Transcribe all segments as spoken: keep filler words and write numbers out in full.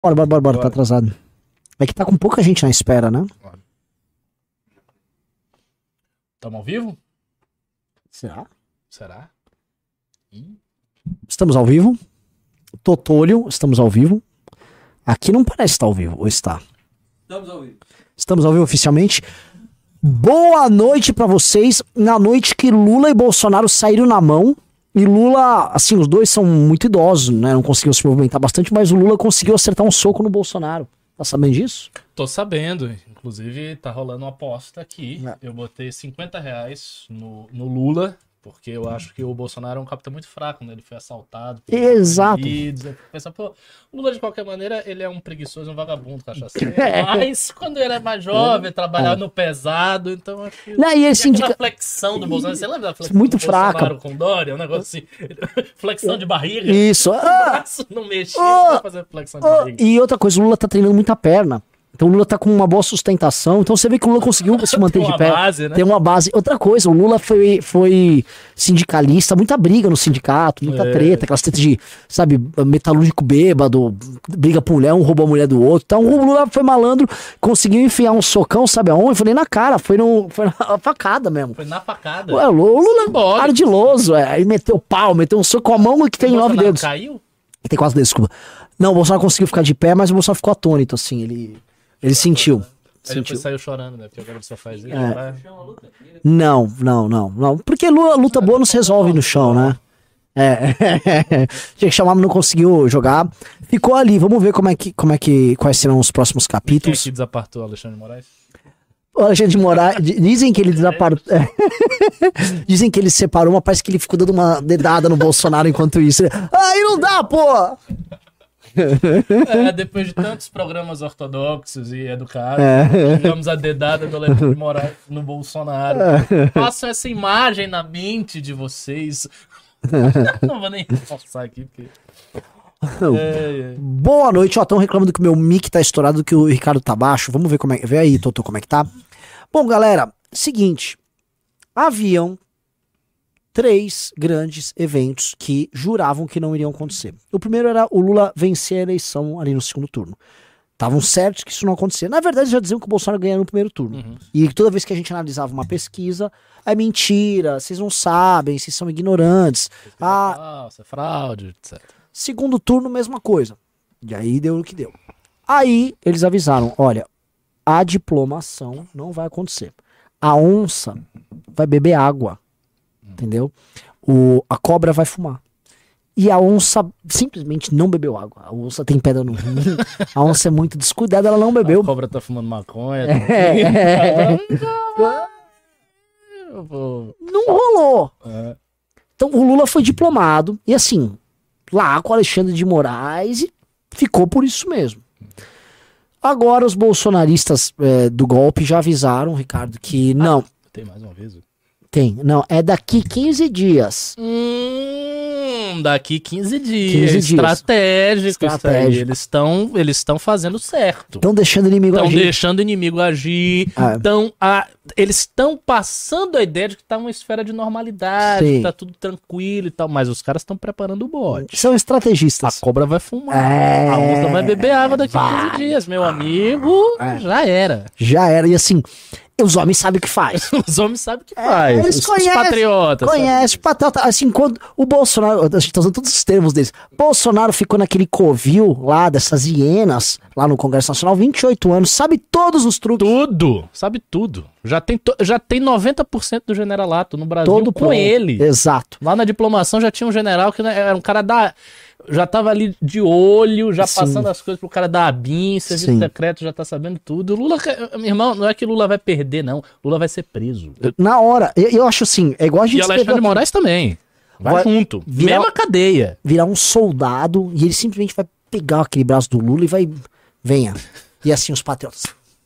Bora, bora, bora, bora, tá atrasado. É que tá com pouca gente na espera, né? Tamo ao vivo? Será? Será? Ih. Estamos ao vivo. Totólio, estamos ao vivo. Aqui não parece estar ao vivo, ou está? Estamos ao vivo. Estamos ao vivo oficialmente. Boa noite pra vocês. Na noite que Lula e Bolsonaro saíram na mão. E Lula, assim, os dois são muito idosos, né? Não conseguiram se movimentar bastante, mas o Lula conseguiu acertar um soco no Bolsonaro. Tá sabendo disso? Tô sabendo. Inclusive, tá rolando uma aposta aqui. É. Eu botei cinquenta reais no, no Lula, porque eu acho que o Bolsonaro é um capitão muito fraco, né? Ele foi assaltado. Exato. Pensa, pô, o Lula, de qualquer maneira, ele é um preguiçoso, um vagabundo, cachaceiro. Mas, quando ele é mais jovem, trabalhava no pesado, então acho que... Não, e esse aquela indica... flexão do Bolsonaro, você lembra da flexão Muito do fraca. Bolsonaro com Dória? Um negócio assim, flexão de barriga. Isso. O Ah, braço não mexia ah, pra fazer flexão de ah. barriga. E outra coisa, o Lula tá treinando muita perna. Então o Lula tá com uma boa sustentação. Então você vê que o Lula conseguiu se manter Tem de uma pé. base, né? Tem uma base. Outra coisa, o Lula foi, foi sindicalista, muita briga no sindicato, muita É. treta, aquelas tretas de, sabe, metalúrgico bêbado, briga por mulher, um roubou a mulher do outro. Então o Lula foi malandro, conseguiu enfiar um socão, sabe aonde? Foi nem na cara, foi, no, foi na facada mesmo. Foi na facada. Ué, o Lula Simbólico. ardiloso, é. Aí meteu pau, meteu um soco com a mão que tem O nove Bolsonaro dedos. caiu? Tem quatro dedos, desculpa. Não, o Bolsonaro conseguiu ficar de pé, mas o Bolsonaro ficou atônito, assim, ele, ele sentiu. Aí sentiu. depois saiu chorando, né? Porque agora ele só faz isso. É. Vai. Não, não, não, não. Porque luta, luta boa não se resolve no chão, né? É. Tinha que chamar, mas não conseguiu jogar. Ficou ali, vamos ver como é que, como é que, quais serão os próximos Quem capítulos. aqui desapartou Alexandre de Moraes? O Alexandre de Moraes, di- dizem que ele desaparou. Dizem que ele se separou, mas parece que ele ficou dando uma dedada no Bolsonaro enquanto isso. Ele, Aí não dá, pô! É, depois de tantos programas ortodoxos e educados, É. digamos a dedada do Alexandre de Moraes no Bolsonaro. É. Façam essa imagem na mente de vocês. Não vou nem forçar aqui, porque... É, é. Boa noite, ó, estão reclamando que o meu mic tá estourado, que o Ricardo tá baixo. Vamos ver como é que... Vê aí, Totô, como é que tá. Bom, galera, seguinte. Haviam três grandes eventos que juravam que não iriam acontecer. O primeiro era o Lula vencer a eleição ali no segundo turno. Estavam certos que isso não acontecia. Na verdade, já diziam que o Bolsonaro ganhar no primeiro turno. Uhum. E toda vez que a gente analisava uma pesquisa, é mentira, vocês não sabem, vocês são ignorantes. Ah, Falsa, fraude, etcétera. segundo turno, mesma coisa. E aí deu o que deu. Aí eles avisaram, olha, a diplomação não vai acontecer. A onça vai beber água. Entendeu? O, a cobra vai fumar. E a onça simplesmente não bebeu água. A onça tem pedra no rim. A onça é muito descuidada, ela não bebeu. A cobra tá fumando maconha. É. Eu vou- Não rolou. É. Então o Lula foi diplomado. E assim, lá com o Alexandre de Moraes, e ficou por isso mesmo. Agora os bolsonaristas é, do golpe já avisaram, Ricardo, que não, Tem mais uma vez? tem, não, é daqui quinze dias. Hum, daqui quinze dias. quinze dias. Estratégico, isso aí. Estratégico. Eles estão eles estão fazendo certo. Estão deixando o inimigo Estão agir. deixando o inimigo agir. Ah. Tão a, eles estão passando a ideia de que tá uma esfera de normalidade, Sim. que tá tudo tranquilo e tal. Mas os caras estão preparando o bode. São A estrategistas. cobra vai fumar. É, A onça vai beber água daqui a vai. quinze dias, meu amigo. É. Já era. Já era. E assim, os homens sabem o que faz. Os homens sabem o que faz. eles os, conhecem- os patriotas. Conhece, patriota. Assim, quando o Bolsonaro, a gente tá usando todos os termos deles. Bolsonaro ficou naquele covil lá, dessas hienas, lá no Congresso Nacional, vinte e oito anos, sabe todos os truques. Tudo, sabe tudo. Já tem, to- já tem noventa por cento do generalato no Brasil Todo com pronto. ele. Exato. Lá na diplomação já tinha um general que né, era um cara da... Já tava ali de olho, já Sim. passando as coisas pro cara da ABIN, serviço Sim. secreto, já tá sabendo tudo. O Lula, meu irmão, não é que Lula vai perder, não. Lula vai ser preso. Na hora, eu, eu acho assim, é igual a gente E Alexandre de escreveu aqui, Moraes também. Vai, Vai junto. virar- Mesma cadeia. virar um soldado e ele simplesmente vai pegar aquele braço do Lula e vai, venha. E assim os patriotas.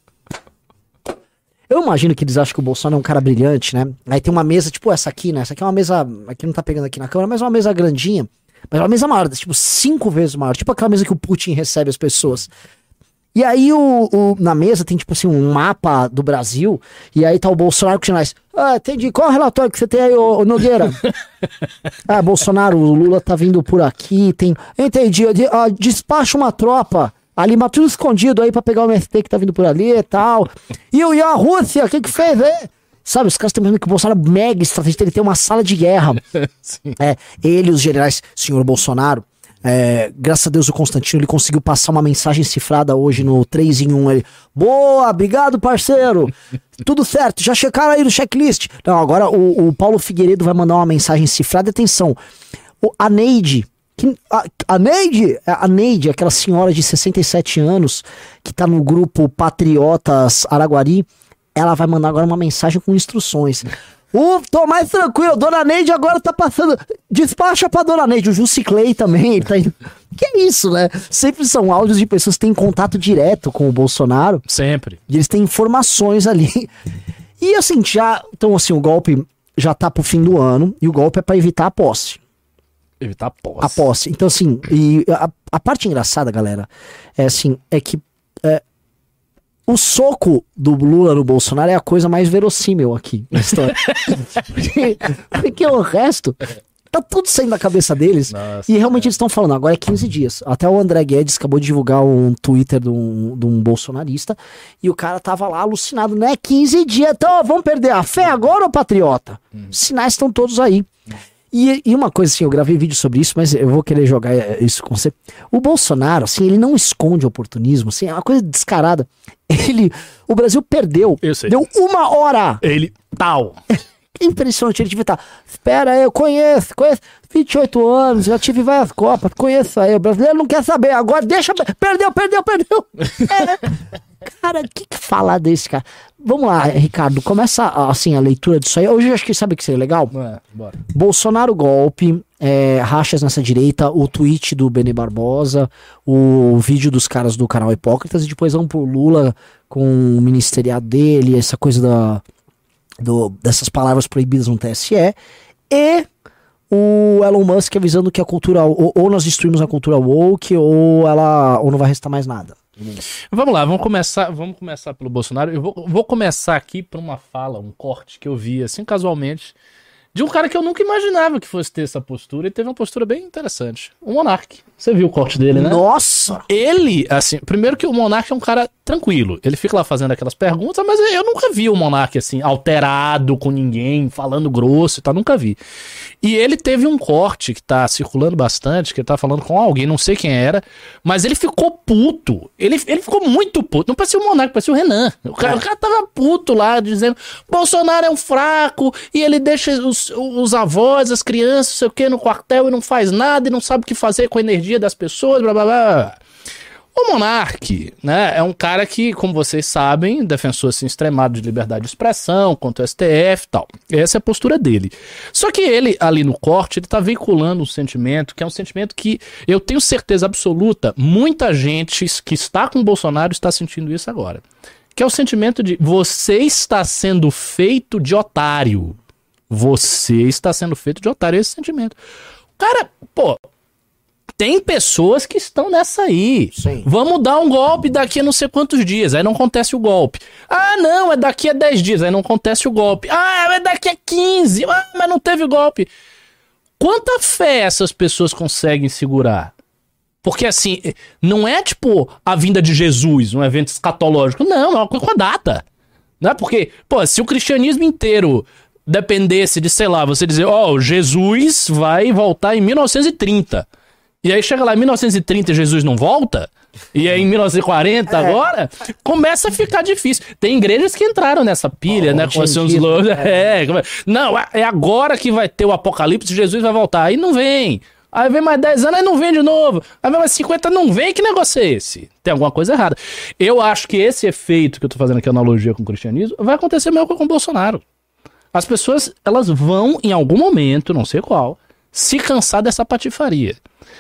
Eu imagino que eles acham que o Bolsonaro é um cara brilhante, né? Aí tem uma mesa, tipo essa aqui, né? Essa aqui é uma mesa, aqui não tá pegando aqui na câmera, mas é uma mesa grandinha. Mas é uma mesa maior, tipo cinco vezes maior. Tipo aquela mesa que o Putin recebe as pessoas. E aí o, o- na mesa tem tipo assim um mapa do Brasil. E aí tá o Bolsonaro com os jornais. Ah, entendi. Qual é o relatório que você tem aí, ô, ô Nogueira? Ah, Bolsonaro, o Lula tá vindo por aqui. Tem... Entendi. De- ah, despacha uma tropa Ali, mas tudo escondido aí pra pegar o M S T que tá vindo por ali e tal. E, e a Rússia, o que que fez aí? Sabe, os caras estão pensando que o Bolsonaro é mega estrategista, ele tem uma sala de guerra. É, ele e os generais, senhor Bolsonaro, é, graças a Deus o Constantino, ele conseguiu passar uma mensagem cifrada hoje no três em um. Ele, boa, obrigado parceiro, tudo certo, já checaram aí no checklist. Não, agora o, o Paulo Figueiredo vai mandar uma mensagem cifrada, atenção, o, a Neide, que, a, a Neide, a Neide, aquela senhora de sessenta e sete anos, que tá no grupo Patriotas Araguari, ela vai mandar agora uma mensagem com instruções. Uh, tô mais tranquilo, Dona Neide agora tá passando. Despacha pra Dona Neide. O Juciclei também. Tá indo... Que é isso, né? Sempre são áudios de pessoas que têm contato direto com o Bolsonaro. Sempre. E eles têm informações ali. E assim, já. Então, assim, o golpe já tá pro fim do ano. E o golpe é pra evitar a posse. Evitar a posse. A posse. Então, assim, e a, a parte engraçada, galera, é assim, é que. É, o soco do Lula no Bolsonaro é a coisa mais verossímil aqui na história. porque, porque o resto tá tudo saindo da cabeça deles. Nossa, e realmente é. Eles estão falando, agora é quinze dias. Até o André Guedes acabou de divulgar um Twitter de um, de um bolsonarista e o cara tava lá alucinado, né? quinze dias, então vamos perder a fé agora, ô patriota? Hum. Os sinais estão todos aí. Hum. E, e uma coisa assim, eu gravei vídeo sobre isso, mas eu vou querer jogar isso com você. O Bolsonaro, assim, ele não esconde oportunismo, assim, é uma coisa descarada. Ele, o Brasil perdeu, eu sei. Deu uma hora. Ele, tal. É impressionante, ele devia estar, espera aí, eu conheço, conheço, vinte e oito anos, já tive várias copas, conheço aí, o brasileiro não quer saber, agora deixa, perdeu, perdeu, perdeu. É, cara, o que, que falar desse cara? Vamos lá, Ricardo, começa assim a leitura disso aí. Hoje eu acho que sabe o que seria legal? É, bora. Bolsonaro golpe, é, rachas nessa direita, o tweet do Benê Barbosa, o vídeo dos caras do canal Hipócritas, e depois vamos pro Lula com o ministeriado dele, essa coisa da, do, dessas palavras proibidas no T S E, e o Elon Musk avisando que a cultura, ou, ou nós destruímos a cultura woke, ou ela ou não vai restar mais nada. Vamos lá, vamos começar, vamos começar pelo Bolsonaro. Eu vou, vou começar aqui por uma fala, um corte que eu vi, assim, casualmente, de um cara que eu nunca imaginava que fosse ter essa postura, e teve uma postura bem interessante. O Monark. Você viu o corte dele, né? Nossa! Ele, assim, primeiro que o Monark é um cara tranquilo. Ele fica lá fazendo aquelas perguntas, mas eu nunca vi o Monark, assim, alterado com ninguém, falando grosso e tal, nunca vi. E ele teve um corte que tá circulando bastante, que ele tá falando com alguém, não sei quem era, mas ele ficou puto. Ele, ele ficou muito puto. Não parecia o Monark, parecia o Renan. O cara, é. o cara tava puto lá, dizendo, Bolsonaro é um fraco, e ele deixa os, os avós, as crianças, não sei o que, no quartel e não faz nada, e não sabe o que fazer com a energia das pessoas, blá blá blá. O Monark, né, é um cara que, como vocês sabem, defensor assim, extremado de liberdade de expressão, contra o S T F e tal. Essa é a postura dele. Só que ele, ali no corte, ele tá veiculando um sentimento, que é um sentimento que eu tenho certeza absoluta, muita gente que está com o Bolsonaro está sentindo isso agora. Que é o sentimento de você está sendo feito de otário. Você está sendo feito de otário, esse sentimento. O cara, pô, tem pessoas que estão nessa aí. Sim. Vamos dar um golpe daqui a não sei quantos dias, aí não acontece o golpe. Ah, não, é daqui a dez dias, aí não acontece o golpe. Ah, é daqui a quinze, ah, mas não teve golpe. Quanta fé essas pessoas conseguem segurar? Porque assim, não é tipo a vinda de Jesus, um evento escatológico. Não, é uma coisa com a data. Não é porque, pô, se o cristianismo inteiro dependesse de, sei lá, você dizer, ó, oh, Jesus vai voltar em mil novecentos e trinta. E aí chega lá em mil novecentos e trinta e Jesus não volta, e aí em mil novecentos e quarenta é. agora, começa a ficar difícil. Tem igrejas que entraram nessa pilha, oh, né? Com seus logos. É. é, não, é agora que vai ter o apocalipse, Jesus vai voltar. Aí não vem. Aí vem mais dez anos, aí não vem de novo. Aí vem mais cinquenta, não vem. Que negócio é esse? Tem alguma coisa errada. Eu acho que esse efeito que eu tô fazendo aqui, analogia com o cristianismo, vai acontecer mesmo com o Bolsonaro. As pessoas, elas vão, em algum momento, não sei qual, se cansar dessa patifaria.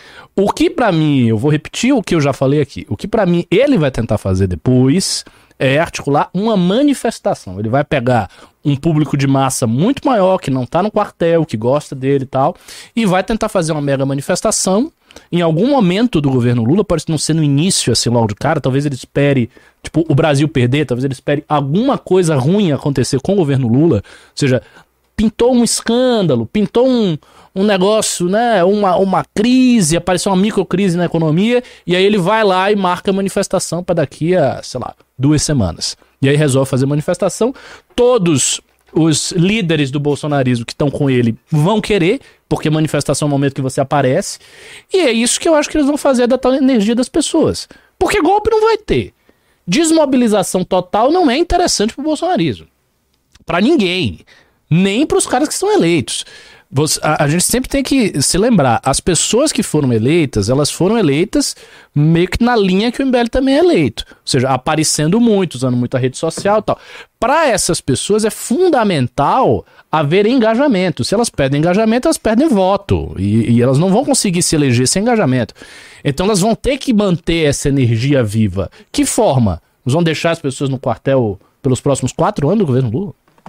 O que pra mim, eu vou repetir o que eu já falei aqui, o que pra mim ele vai tentar fazer depois é articular uma manifestação. Ele vai pegar um público de massa muito maior, que não tá no quartel, que gosta dele e tal, e vai tentar fazer uma mega manifestação. Em algum momento do governo Lula, pode não ser no início, assim, logo de cara, talvez ele espere, tipo, o Brasil perder, talvez ele espere alguma coisa ruim acontecer com o governo Lula, ou seja, pintou um escândalo, pintou um, um negócio, né, uma, uma crise, apareceu uma microcrise na economia, e aí ele vai lá e marca a manifestação para daqui a, sei lá, duas semanas. E aí resolve fazer manifestação, todos os líderes do bolsonarismo que estão com ele vão querer, porque manifestação é o momento que você aparece, e é isso que eu acho que eles vão fazer, da tal energia das pessoas. Porque golpe não vai ter. Desmobilização total não é interessante pro bolsonarismo. Pra ninguém. Nem pros caras que são eleitos. Você, a, a gente sempre tem que se lembrar, as pessoas que foram eleitas, elas foram eleitas meio que na linha que o M B L também é eleito. Ou seja, aparecendo muito, usando muita rede social e tal. Para essas pessoas é fundamental haver engajamento. Se elas perdem engajamento, elas perdem voto. E, e elas não vão conseguir se eleger sem engajamento. Então elas vão ter que manter essa energia viva. Que forma? Eles vão deixar as pessoas no quartel pelos próximos quatro anos do governo Lula?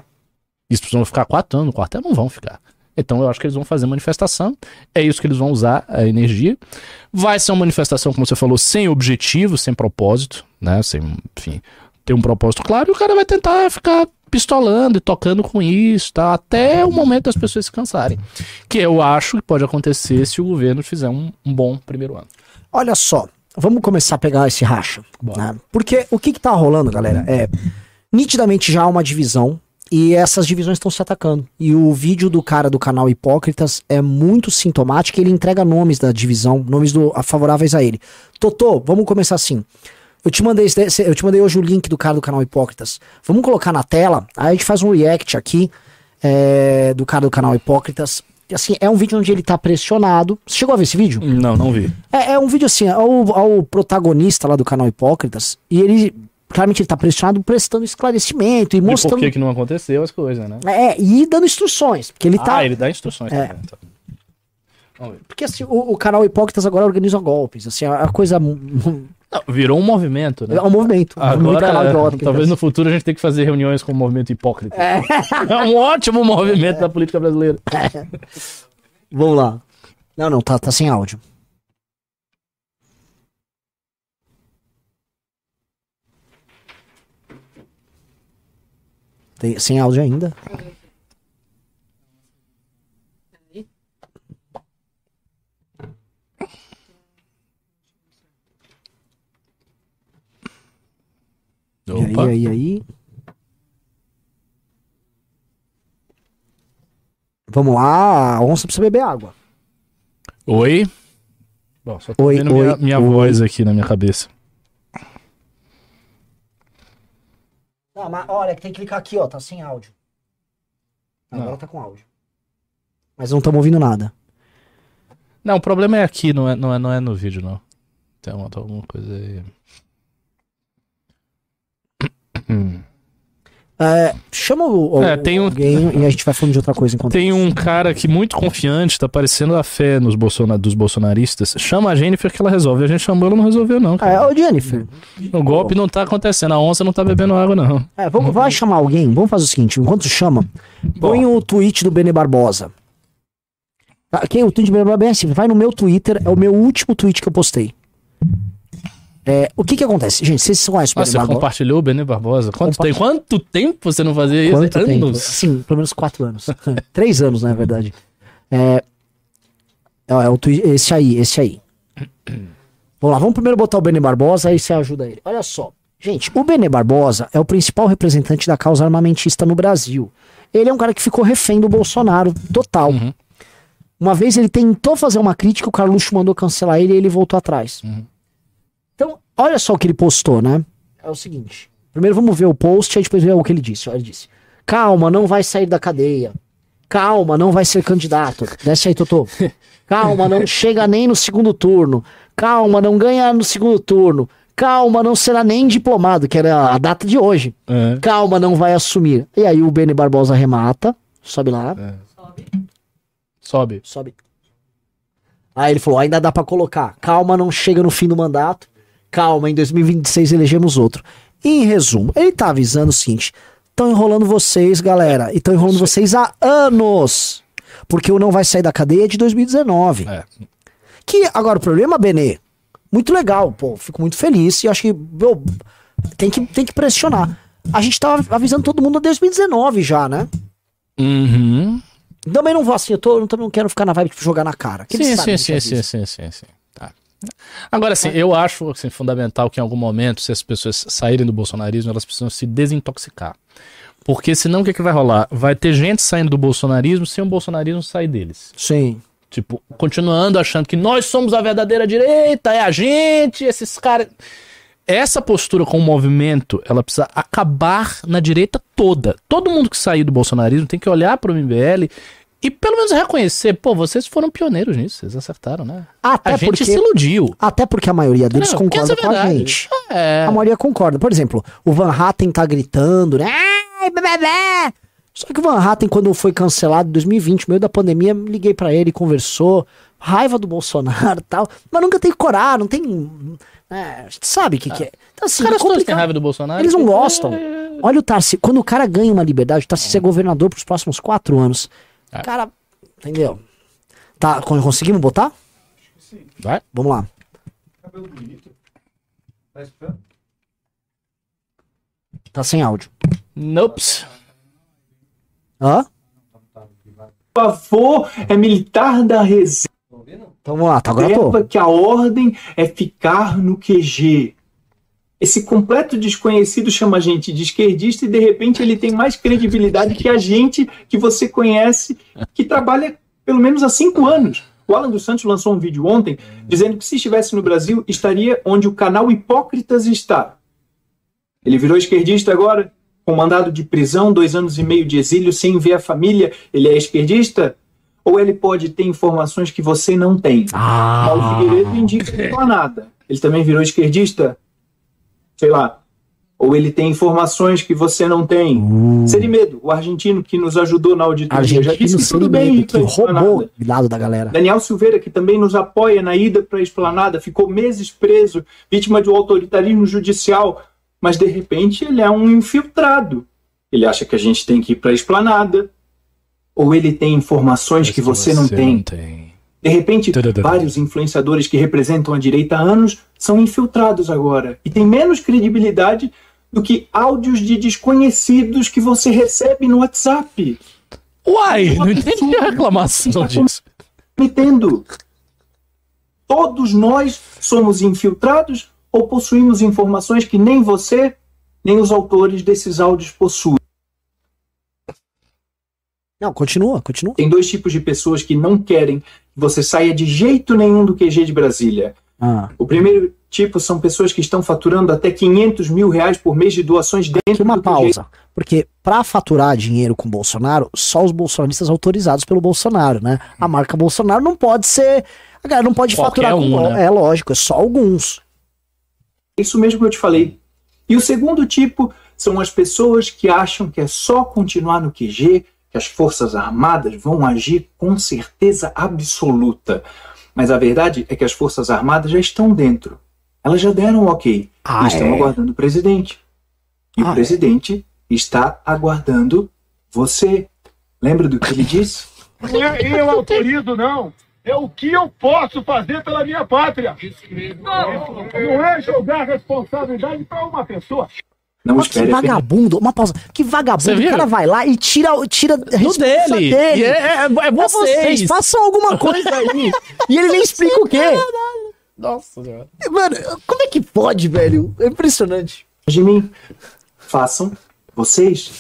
E as pessoas vão ficar quatro anos no quartel? Não vão ficar. Então eu acho que eles vão fazer manifestação, é isso que eles vão usar, a energia. Vai ser uma manifestação, como você falou, sem objetivo, sem propósito, né? Sem, enfim, ter um propósito claro, e o cara vai tentar ficar pistolando e tocando com isso, tá? Até o momento das pessoas se cansarem. Que eu acho que pode acontecer se o governo fizer um, um bom primeiro ano. Olha só, vamos começar a pegar esse racha. Né? Porque o que que tá rolando, galera, é nitidamente já há uma divisão. E essas divisões estão se atacando. E o vídeo do cara do canal Hipócritas é muito sintomático. Ele entrega nomes da divisão, nomes do, favoráveis a ele. Totô, vamos começar assim. Eu te mandei, eu te mandei hoje o link do cara do canal Hipócritas. Vamos colocar na tela. Aí a gente faz um react aqui é, do cara do canal Hipócritas. Assim, é um vídeo onde ele tá pressionado. Você chegou a ver esse vídeo? Não, não vi. É, é um vídeo assim, ao, ao protagonista lá do canal Hipócritas. E ele... Claramente ele tá pressionado, prestando esclarecimento e mostrando... E por que que não aconteceu as coisas, né? É, e dando instruções, porque ele tá... Ah, ele dá instruções é. também. Tá. Vamos ver. Porque assim, o, o canal Hipócritas agora organiza golpes, assim, a, a coisa... Não, virou um movimento, né? É um movimento. Agora, um movimento canal Hipócritas. Talvez no futuro a gente tenha que fazer reuniões com o movimento hipócrita. É, é um ótimo movimento é. da política brasileira. É. Vamos lá. Não, não, tá, tá sem áudio. Tem, sem áudio ainda. Opa. E aí, e aí, aí? Vamos lá, a onça precisa beber água. Oi? Bom, só tô oi, vendo oi, minha, minha oi. voz aqui na minha cabeça. Não, mas olha, tem que clicar aqui, ó, tá sem áudio. Agora Não. tá com áudio. Mas não estamos ouvindo nada. Não, o problema é aqui, não é, não é, não é no vídeo, não. Tem uma, tem alguma coisa aí. Hum. É, chama o, o, É, tem um- alguém e a gente vai falando de outra coisa enquanto Tem um cara que muito confiante, tá parecendo a fé nos bolsona- dos bolsonaristas. Chama a Jennifer que ela resolve. A gente chamou, ela não resolveu, não. Ah, Cara. é o Jennifer. O golpe não tá acontecendo, a onça não tá bebendo água, não. É, vamos, vai chamar alguém. Vamos fazer o seguinte: enquanto chama, põe o tweet do Bene Barbosa. Tá, quem o tweet do Bene Barbosa é assim, vai no meu Twitter, é o meu último tweet que eu postei. É, o que que acontece? Gente, vocês conhecem o Ah, Bene você Barbosa? compartilhou o Benê Barbosa? Quanto, Compartilhei. tem, quanto tempo você não fazia isso? Quanto tempo? Anos? Sim, pelo menos quatro anos. Três anos, na verdade. É, é, é o tweet, esse aí, esse aí. Vamos lá, vamos primeiro botar o Bene Barbosa, aí você ajuda ele. Olha só. Gente, o Bene Barbosa é o principal representante da causa armamentista no Brasil. Ele é um cara que ficou refém do Bolsonaro, total. Uhum. Uma vez ele tentou fazer uma crítica, o Carluxo mandou cancelar ele e ele voltou atrás. Uhum. Então, olha só o que ele postou, né? É o seguinte. Primeiro vamos ver o post, aí depois ver o que ele disse. Ele disse: calma, não vai sair da cadeia. Calma, não vai ser candidato. Desce aí, Totô. Calma, não chega nem no segundo turno. Calma, não ganha no segundo turno. Calma, não será nem diplomado, que era a data de hoje. É. Calma, não vai assumir. E aí o Bene Barbosa remata. Sobe lá. É. Sobe. Sobe. Aí ele falou: ainda dá pra colocar. Calma, não chega no fim do mandato. Calma, em dois mil e vinte e seis elegemos outro. E, em resumo, ele tá avisando o seguinte: estão enrolando vocês, galera. E estão enrolando vocês há anos. Porque o não vai sair da cadeia de dois mil e dezenove. É. Que, agora, o problema, Benê, muito legal, pô, fico muito feliz e acho que, meu, tem que, tem que pressionar. A gente tava avisando todo mundo em dois mil e dezenove já, né? Uhum. Também não vou assim, eu, tô, eu também não quero ficar na vibe de jogar na cara. Que Sim, eles sim, sabem sim, que é sim, isso. sim, sim, sim. Tá. Agora, assim, eu acho assim, fundamental que em algum momento, se as pessoas saírem do bolsonarismo, elas precisam se desintoxicar. Porque senão o que, que vai rolar? Vai ter gente saindo do bolsonarismo sem o bolsonarismo sair deles. Sim. Tipo, continuando achando que nós somos a verdadeira direita, é a gente, esses caras... Essa postura com o movimento, ela precisa acabar na direita toda. Todo mundo que sair do bolsonarismo tem que olhar para o M B L e pelo menos reconhecer, pô, vocês foram pioneiros nisso, vocês acertaram, né? Até a gente porque, se iludiu. Até porque a maioria deles Não, concorda essa é com a verdade. gente. É. A maioria concorda. Por exemplo, o Van Hatten tá gritando, né? Ai, bebê! Só que o Van Hatten, quando foi cancelado em dois mil e vinte, no meio da pandemia, liguei pra ele, conversou, raiva do Bolsonaro e tal, mas nunca tem coragem, não tem... É, a gente sabe o que, que é. Então, assim, Os caras é todos têm complicado. raiva do Bolsonaro. Eles não porque- gostam. Olha o Tarcísio. Quando o cara ganha uma liberdade, o Tarcísio é governador pros próximos quatro anos. É. Cara, entendeu? Tá, con- conseguimos botar? Vai. Vamos lá. Tá sem áudio. Nope. Hã? favor é militar da reserva, Então vamos lá, tá, agora tô. que a ordem é ficar no Q G. Esse completo desconhecido chama a gente de esquerdista e de repente ele tem mais credibilidade que a gente que você conhece, que trabalha pelo menos há cinco anos. O Alan dos Santos lançou um vídeo ontem dizendo que se estivesse no Brasil estaria onde o canal Hipócritas está. Ele virou esquerdista agora, com mandado de prisão, dois anos e meio de exílio sem ver a família. Ele é esquerdista? Ou ele pode ter informações que você não tem? Ah, Paulo Figueiredo indica que não há nada. Ele também virou esquerdista? Sei lá. Ou ele tem informações que você não tem. Uh. Serimedo, o argentino que nos ajudou na auditoria, já argentino disse que tudo bem Serimedo, ir pra que roubou Esplanada. o lado da galera. Daniel Silveira, que também nos apoia na ida para a Esplanada, ficou meses preso, vítima de um autoritarismo judicial, mas de repente ele é um infiltrado. Ele acha que a gente tem que ir para a Esplanada, ou ele tem informações que você, não, tem. tem. De repente, Tududum. vários influenciadores que representam a direita há anos são infiltrados agora e têm menos credibilidade do que áudios de desconhecidos que você recebe no WhatsApp. Uai, não entendi a reclamação disso. Metendo. Todos nós somos infiltrados ou possuímos informações que nem você, nem os autores desses áudios possuem. Não, continua, continua. Tem dois tipos de pessoas que não querem que você saia de jeito nenhum do Q G de Brasília. Ah, O primeiro tipo são pessoas que estão faturando até quinhentos mil reais por mês de doações aqui dentro uma do Q G. pausa. Porque pra faturar dinheiro com Bolsonaro, só os bolsonaristas autorizados pelo Bolsonaro, né? A marca Bolsonaro não pode ser... A galera não pode Qualquer faturar com... um, né? É lógico, é só alguns. Isso mesmo que eu te falei. E o segundo tipo são as pessoas que acham que é só continuar no Q G, que as Forças Armadas vão agir com certeza absoluta. Mas a verdade é que as Forças Armadas já estão dentro. Elas já deram um ok. Ah, e estão é? aguardando o presidente. E Ah, o presidente está aguardando você. Lembra do que ele disse? Não é eu autorizo, não. É o que eu posso fazer pela minha pátria. Não é jogar responsabilidade para uma pessoa. Não Mas que espere a vagabundo, uma pausa. Que Você vagabundo, viu? o cara vai lá e tira, tira a No responsa dele. dele. E é, é, é É vocês, vocês. façam alguma coisa aí. E ele nem explica o quê. Nossa senhora. Mano, como é que pode, velho? É impressionante. de mim. Façam vocês.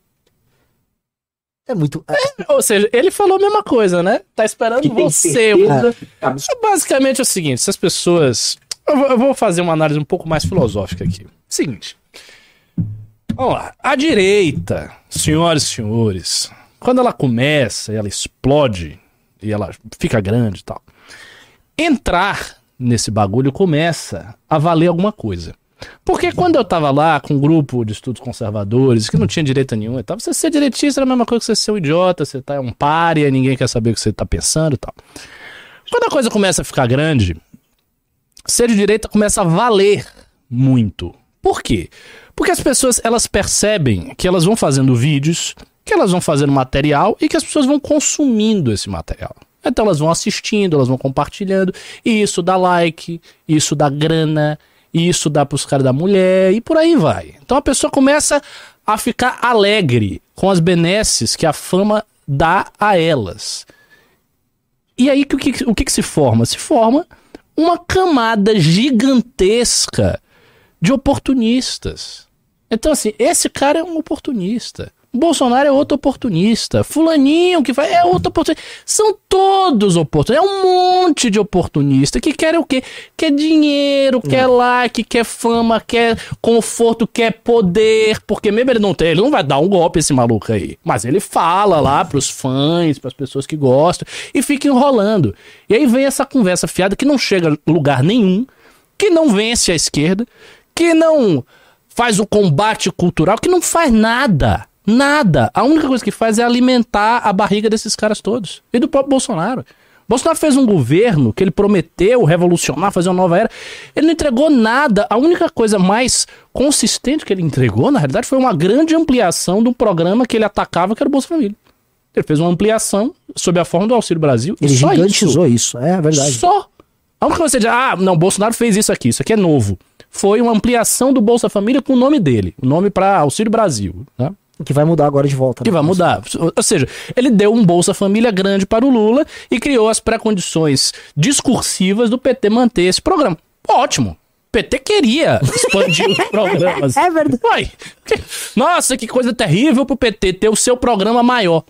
É muito... é- Ou seja, ele falou a mesma coisa, né? Tá esperando Que tem você. certeza absoluta. É basicamente o seguinte, se as pessoas... Eu vou, eu vou fazer uma análise um pouco mais filosófica aqui. Seguinte. Vamos lá. A direita, senhoras e senhores, quando ela começa, ela explode, e ela fica grande e tal, entrar nesse bagulho começa a valer alguma coisa. Porque quando eu tava lá com um grupo de estudos conservadores, que não tinha direita nenhuma e tal, você ser direitista era a mesma coisa que você ser um idiota, você tá um pária, ninguém quer saber o que você tá pensando e tal. Quando a coisa começa a ficar grande, ser de direita começa a valer muito. Por quê? Porque as pessoas, elas percebem que elas vão fazendo vídeos, que elas vão fazendo material e que as pessoas vão consumindo esse material. Então elas vão assistindo, elas vão compartilhando, e isso dá like, isso dá grana, e isso dá pros caras da mulher, e por aí vai. Então a pessoa começa a ficar alegre com as benesses que a fama dá a elas. E aí o que, o que, que se forma? Se forma uma camada gigantesca de oportunistas. Então assim, esse cara é um oportunista. O Bolsonaro é outro oportunista. Fulaninho que vai é outro oportunista. São todos oportunistas. É um monte de oportunista que quer o quê? Quer dinheiro, quer like, quer fama, quer conforto, quer poder. Porque mesmo ele não tem, ele não vai dar um golpe esse maluco aí. Mas ele fala lá pros fãs, pras pessoas que gostam e fica enrolando. E aí vem essa conversa fiada que não chega a lugar nenhum, que não vence a esquerda, que não faz o combate cultural, que não faz nada. Nada. A única coisa que faz é alimentar a barriga desses caras todos. E do próprio Bolsonaro. Bolsonaro fez um governo que ele prometeu revolucionar, fazer uma nova era. Ele não entregou nada. A única coisa mais consistente que ele entregou, na realidade, foi uma grande ampliação de um programa que ele atacava, que era o Bolsa Família. Ele fez uma ampliação sob a forma do Auxílio Brasil. Ele só gigantizou isso. isso, é verdade. Só. A única coisa que você diz, ah, não, Bolsonaro fez isso aqui, isso aqui é novo. Foi uma ampliação do Bolsa Família com o nome dele. O nome para Auxílio Brasil, né? Que vai mudar agora de volta. Que vai mudar. Ou seja, ele deu um Bolsa Família grande para o Lula e criou as pré-condições discursivas do P T manter esse programa. Ótimo. O P T queria expandir os programas. É verdade. Uai, que... Nossa, que coisa terrível pro P T ter o seu programa maior.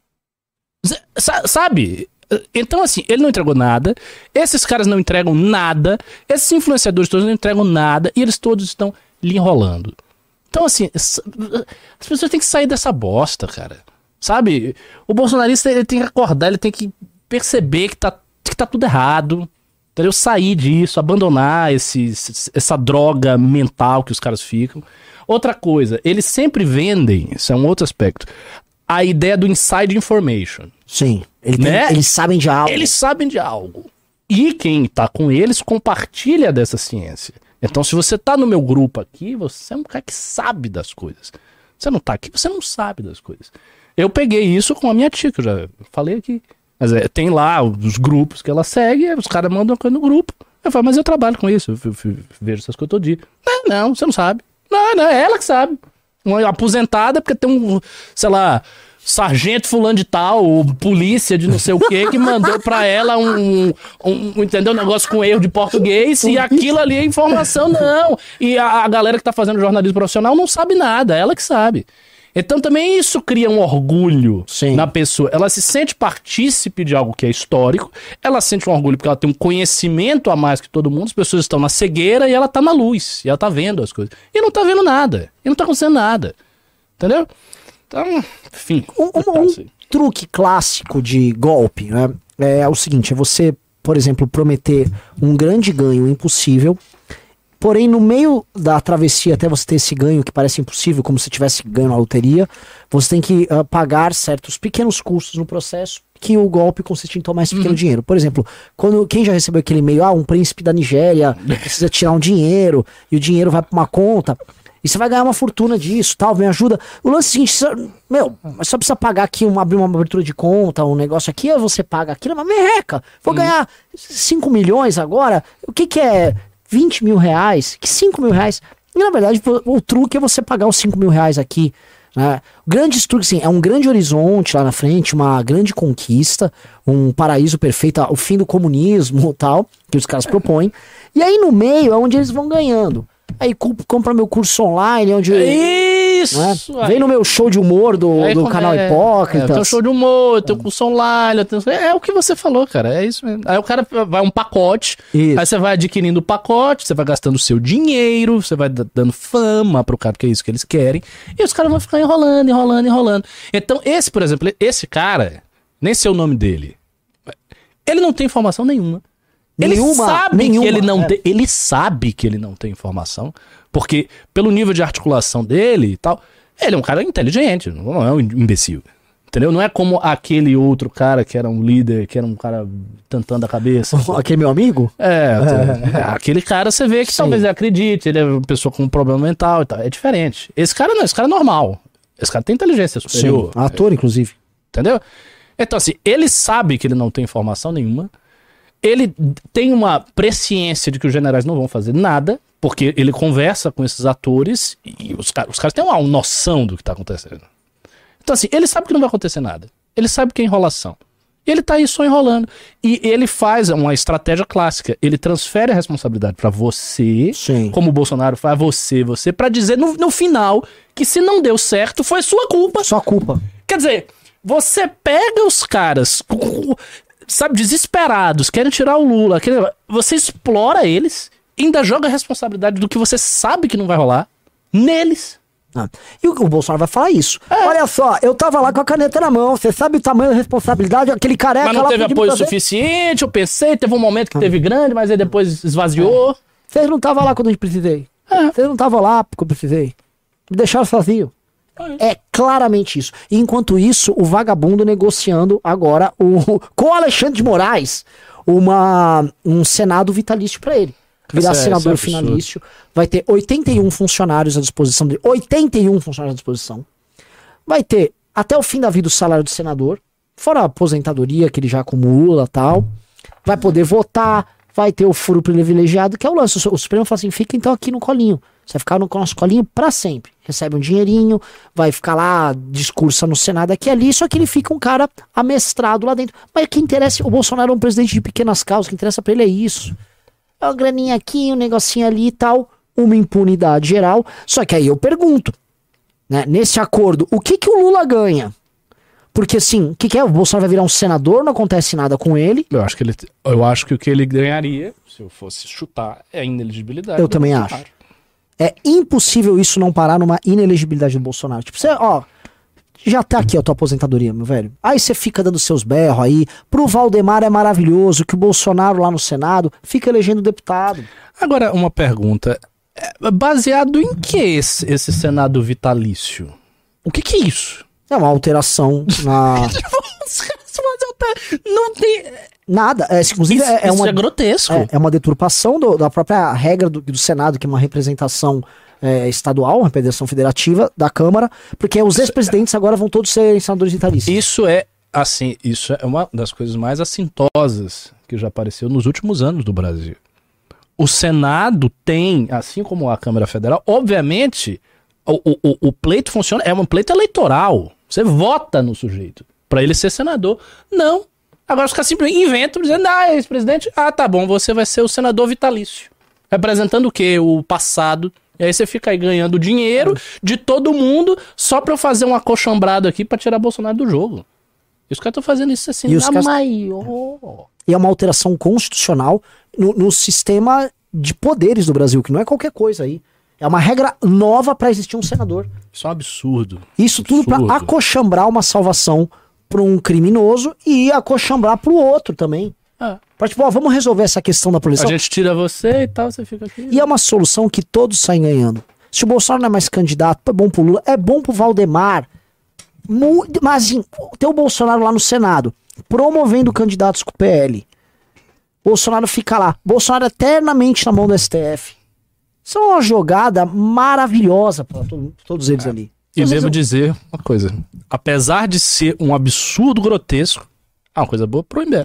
S- sabe? Então, assim, ele não entregou nada, esses caras não entregam nada, esses influenciadores todos não entregam nada e eles todos estão lhe enrolando. Então, assim, as pessoas têm que sair dessa bosta, cara. Sabe? O bolsonarista, ele tem que acordar, ele tem que perceber que tá, que tá tudo errado. Entendeu? Sair disso, abandonar esse, essa droga mental que os caras ficam. Outra coisa, eles sempre vendem, isso é um outro aspecto, a ideia do inside information. Sim. Ele tem, né? Eles sabem de algo. Eles sabem de algo. E quem tá com eles compartilha dessa ciência. Então, se você tá no meu grupo aqui, você é um cara que sabe das coisas. Você não tá aqui, você não sabe das coisas. Eu peguei isso com a minha tia, que eu já falei aqui. Mas é, tem lá os grupos que ela segue, os caras mandam uma coisa no grupo. Eu falo, mas eu trabalho com isso, eu, eu, eu vejo essas coisas todo dia. Não, não, você não sabe. Não, não, é ela que sabe. Uma aposentada, porque tem um, sei lá, sargento fulano de tal, ou polícia de não sei o que, que mandou pra ela um, um, um, entendeu, um negócio com erro de português, e aquilo ali é informação, não. E a, a galera que tá fazendo jornalismo profissional não sabe nada, ela que sabe. Então também isso cria um orgulho Sim. na pessoa. Ela se sente partícipe de algo que é histórico, ela sente um orgulho porque ela tem um conhecimento a mais que todo mundo, as pessoas estão na cegueira e ela tá na luz, e ela tá vendo as coisas. E não tá vendo nada, e não tá acontecendo nada. Entendeu? Então, enfim. Um, um, um truque clássico de golpe, né, é o seguinte, é você, por exemplo, prometer um grande ganho impossível, porém no meio da travessia até você ter esse ganho que parece impossível, como se tivesse ganho na loteria, você tem que uh, pagar certos pequenos custos no processo, que o golpe consiste em tomar esse pequeno uhum. dinheiro. Por exemplo, quando quem já recebeu aquele e-mail, ah, um príncipe da Nigéria precisa tirar um dinheiro, e o dinheiro vai para uma conta, e você vai ganhar uma fortuna disso, tal, me ajuda. O lance é o seguinte, só, meu, mas só precisa pagar aqui, um, abrir uma abertura de conta, um negócio aqui, aí você paga aquilo, é uma merreca. Vou uhum. ganhar cinco milhões agora, o que que é vinte mil reais? Que cinco mil reais? E na verdade o, o truque é você pagar os cinco mil reais aqui. Né? Grandes truques, assim, é um grande horizonte lá na frente, uma grande conquista, um paraíso perfeito, o fim do comunismo tal, que os caras propõem. E aí no meio é onde eles vão ganhando. Aí compra meu curso online, onde... Isso! Né? Vem no meu show de humor do, do canal é, Hipócritas. É, tem um show de humor, tem um curso online, tem... é o que você falou, cara, é isso mesmo. Aí o cara vai um pacote, isso. Aí você vai adquirindo o pacote, você vai gastando o seu dinheiro, você vai dando fama pro cara, porque é isso que eles querem, e os caras vão ficar enrolando, enrolando, enrolando. Então esse, por exemplo, esse cara, nem sei o nome dele, ele não tem informação nenhuma. Ele nenhuma, sabe nenhuma, que ele não é. tem, ele sabe que ele não tem informação, porque pelo nível de articulação dele e tal, ele é um cara inteligente, não é um imbecil, entendeu? Não é como aquele outro cara que era um líder, que era um cara tantando a cabeça. Aquele meu amigo? É, é. Aquele cara você vê que Sim. talvez ele acredite, ele é uma pessoa com um problema mental e tal, é diferente. Esse cara não, esse cara é normal, esse cara tem inteligência superior. Sim, ator inclusive. Entendeu? Então assim, ele sabe que ele não tem informação nenhuma, ele tem uma presciência de que os generais não vão fazer nada, Porque ele conversa com esses atores e os, car- os caras têm uma noção do que tá acontecendo. Então assim, ele sabe que não vai acontecer nada. Ele sabe que é enrolação. E ele tá aí só enrolando. E ele faz uma estratégia clássica. Ele transfere a responsabilidade pra você, Sim. como o Bolsonaro faz, você, você, pra dizer no, no final que se não deu certo, foi sua culpa. Só culpa. Quer dizer, você pega os caras, sabe, desesperados, querem tirar o Lula, querem- você explora eles, ainda joga a responsabilidade do que você sabe que não vai rolar neles. Ah. E o, o Bolsonaro vai falar isso. Olha só, eu tava lá com a caneta na mão, você sabe o tamanho da responsabilidade, aquele careca Mas não lá teve podia apoio me fazer- suficiente, eu pensei, teve um momento que teve grande, mas aí depois esvaziou. Vocês não estavam lá quando eu precisei. Vocês não estavam lá porque eu precisei. Me deixaram sozinho. É claramente isso. E enquanto isso, o vagabundo negociando agora o, com o Alexandre de Moraes uma, um Senado vitalício pra ele. Virar Essa é- senador esse é absurdo. finalício. Vai ter oitenta e um funcionários à disposição dele. oitenta e um funcionários à disposição. Vai ter até o fim da vida o salário do senador. Fora a aposentadoria que ele já acumula e tal. Vai poder votar. Vai ter o furo privilegiado, que é o lance. O, o Supremo fala assim, fica então aqui no colinho. Você vai ficar no nosso colinho pra sempre. Recebe um dinheirinho, vai ficar lá, discursa no Senado aqui e ali, só que ele fica um cara amestrado lá dentro. Mas o que interessa, o Bolsonaro é um presidente de pequenas causas, o que interessa pra ele é isso. É uma graninha aqui, um negocinho ali e tal, uma impunidade geral. Só que aí eu pergunto, né, nesse acordo, o que que o Lula ganha? Porque assim, o que que é? O Bolsonaro vai virar um senador, não acontece nada com ele. Eu acho que ele, eu acho que o que ele ganharia, se eu fosse chutar, é a ineligibilidade. Eu do também Bolsonaro. acho. É impossível isso não parar numa inelegibilidade do Bolsonaro. Tipo, você, ó, já tá aqui a tua aposentadoria, meu velho. Aí você fica dando seus berros aí. Pro Valdemar é maravilhoso que o Bolsonaro lá no Senado fica elegendo deputado. Agora, uma pergunta. É, baseado em que esse, esse Senado vitalício? O que que é isso? É uma alteração na... Não tem... Nada. É, inclusive, Isso é, é isso uma... é grotesco. É, é uma deturpação do- da própria regra do, do Senado, que é uma representação é, estadual, uma representação federativa da Câmara, porque os ex-presidentes agora vão todos ser senadores vitalícios. Isso é, assim, isso é uma das coisas mais assintosas que já apareceu nos últimos anos do Brasil. O Senado tem, assim como a Câmara Federal, obviamente, o, o, o pleito funciona, é um pleito eleitoral. Você vota no sujeito pra ele ser senador. Não. Agora os caras simplesmente inventam, dizendo, ah, ex-presidente, ah, tá bom, você vai ser o senador vitalício. Representando o quê? O passado. E aí você fica aí ganhando dinheiro de todo mundo só pra eu fazer um acochambrado aqui pra tirar Bolsonaro do jogo. E os caras estão fazendo isso assim, E os na caras- maior... E é uma alteração constitucional no, no sistema de poderes do Brasil, que não é qualquer coisa aí. É uma regra nova pra existir um senador. Isso é um absurdo. Isso tudo pra Absurdo. acochambrar uma salvação pra um criminoso e acochambrar pro outro também. Ah, Pra tipo, ó, vamos resolver essa questão da a poluição. gente tira você e tal, você fica aqui. E é uma solução que todos saem ganhando. Se o Bolsonaro não é mais candidato, é bom pro Lula, é bom pro Valdemar. Mu- Mas assim, tem o Bolsonaro lá no Senado, promovendo candidatos com o P L. Bolsonaro fica lá. Bolsonaro eternamente na mão do S T F. Isso é uma jogada maravilhosa pra to- todos eles ali. E Às vezes devo eu- dizer uma coisa. Apesar de ser um absurdo grotesco, é uma coisa boa pro M B L.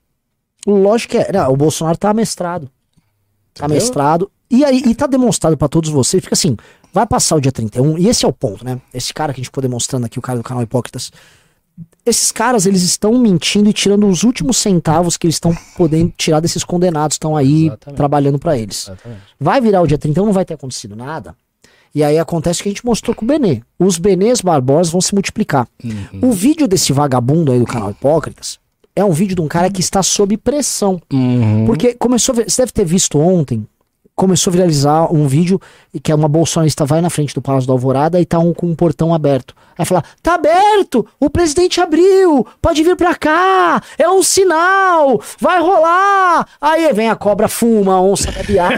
Lógico que é. Não, o Bolsonaro tá amestrado. Tá Entendeu? amestrado. E aí, e tá demonstrado pra todos vocês, fica assim, vai passar o dia trinta e um, e esse é o ponto, né? Esse cara que a gente ficou demonstrando aqui, o cara do canal Hipócritas. Esses caras, eles estão mentindo e tirando os últimos centavos que eles estão podendo tirar desses condenados, estão aí Exatamente. trabalhando pra eles. Vai virar o dia trinta e um, não vai ter acontecido nada. E aí acontece o que a gente mostrou com o Benê. Os Benês Barbosa vão se multiplicar. O vídeo desse vagabundo aí do canal Hipócritas é um vídeo de um cara que está sob pressão. Uhum. Porque começou a vir- você deve ter visto ontem, começou a viralizar um vídeo que é uma bolsonarista vai na frente do Palácio da Alvorada e tá um com um portão aberto. Aí fala, tá aberto, o presidente abriu, pode vir pra cá, é um sinal, vai rolar. Aí vem a cobra fuma, a onça bebe água.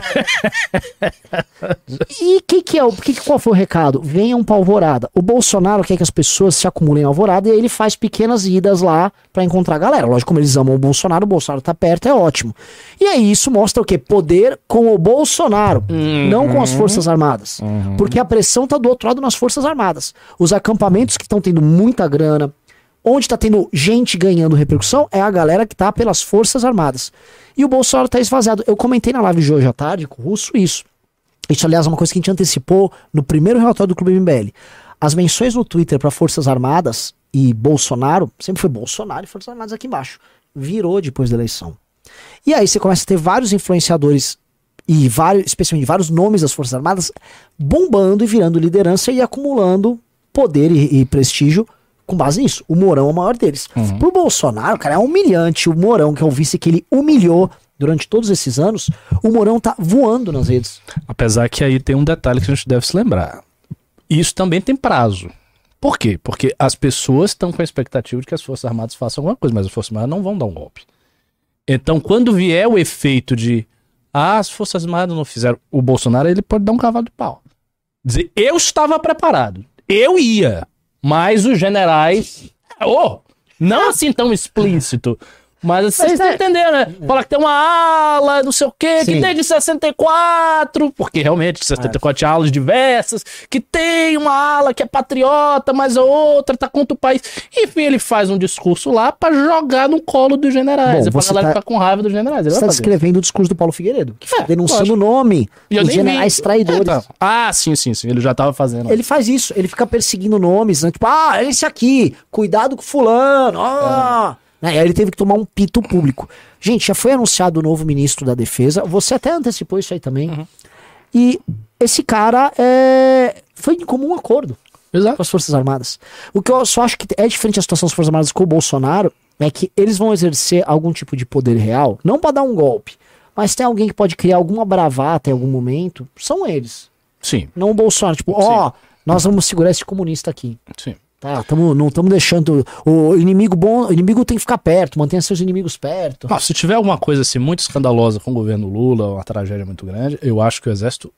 E que que é, o que, que- qual foi o recado? Venham pra Alvorada. O Bolsonaro quer que as pessoas se acumulem em Alvorada e aí ele faz pequenas idas lá pra encontrar a galera. Lógico, como eles amam o Bolsonaro, o Bolsonaro tá perto, é ótimo. E aí isso mostra o quê? Poder com o Bolsonaro, não com as Forças Armadas. Porque a pressão tá do outro lado nas Forças Armadas. Os acampamentos que estão tendo muita grana, onde tá tendo gente ganhando repercussão, é a galera que tá pelas Forças Armadas. E o Bolsonaro tá esvaziado. Eu comentei na live de hoje à tarde com o Russo isso. Isso, aliás, é uma coisa que a gente antecipou no primeiro relatório do Clube M B L. As menções no Twitter para Forças Armadas e Bolsonaro, sempre foi Bolsonaro e Forças Armadas aqui embaixo. Virou depois da eleição. E aí você começa a ter vários influenciadores e vários, especialmente vários nomes das Forças Armadas bombando e virando liderança e acumulando poder e, e prestígio com base nisso. O Mourão é o maior deles. Uhum. Pro Bolsonaro, cara, é humilhante. O Mourão, que é o vice que ele humilhou durante todos esses anos, o Mourão tá voando nas redes. Apesar que aí tem um detalhe que a gente deve se lembrar. Isso também tem prazo. Por quê? Porque as pessoas estão com a expectativa de que as Forças Armadas façam alguma coisa, mas as Forças Armadas não vão dar um golpe. Então, quando vier o efeito de ah, as Forças Armadas não fizeram, o Bolsonaro ele pode dar um cavalo de pau. Dizer, eu estava preparado, eu ia, mas os generais, oh, não assim tão explícito, mas vocês estão entendendo, né? Fala que tem uma ala, não sei o quê, Sim. que tem de sessenta e quatro, porque realmente sessenta e quatro tinha alas diversas, que tem uma ala que é patriota, mas a outra tá contra o país. Enfim, ele faz um discurso lá pra jogar no colo dos generais. Bom, é pra galera tá... ficar com raiva dos generais. Ele você tá descrevendo o discurso do Paulo Figueiredo, que é, denunciando o nome dos generais vi. traidores. É, tá. Ah, sim, sim, sim, ele já tava fazendo. Ele faz isso, ele fica perseguindo nomes, né? Tipo, ah, esse aqui, cuidado com fulano, ah... É. Aí ele teve que tomar um pito público. Gente, já foi anunciado o novo ministro da Defesa. Você até antecipou isso aí também. Uhum. E esse cara é... foi de comum acordo Exato. com as Forças Armadas. O que eu só acho que é diferente a situação das Forças Armadas com o Bolsonaro é que eles vão exercer algum tipo de poder real, não para dar um golpe, mas tem alguém que pode criar alguma bravata em algum momento, são eles. Sim. Não o Bolsonaro. Tipo, ó, oh, nós vamos segurar esse comunista aqui. Sim. Tá, tamo, não estamos deixando. O inimigo bom. O inimigo tem que ficar perto, mantenha seus inimigos perto. Não, se tiver alguma coisa assim muito escandalosa com o governo Lula, uma tragédia muito grande, eu acho que o exército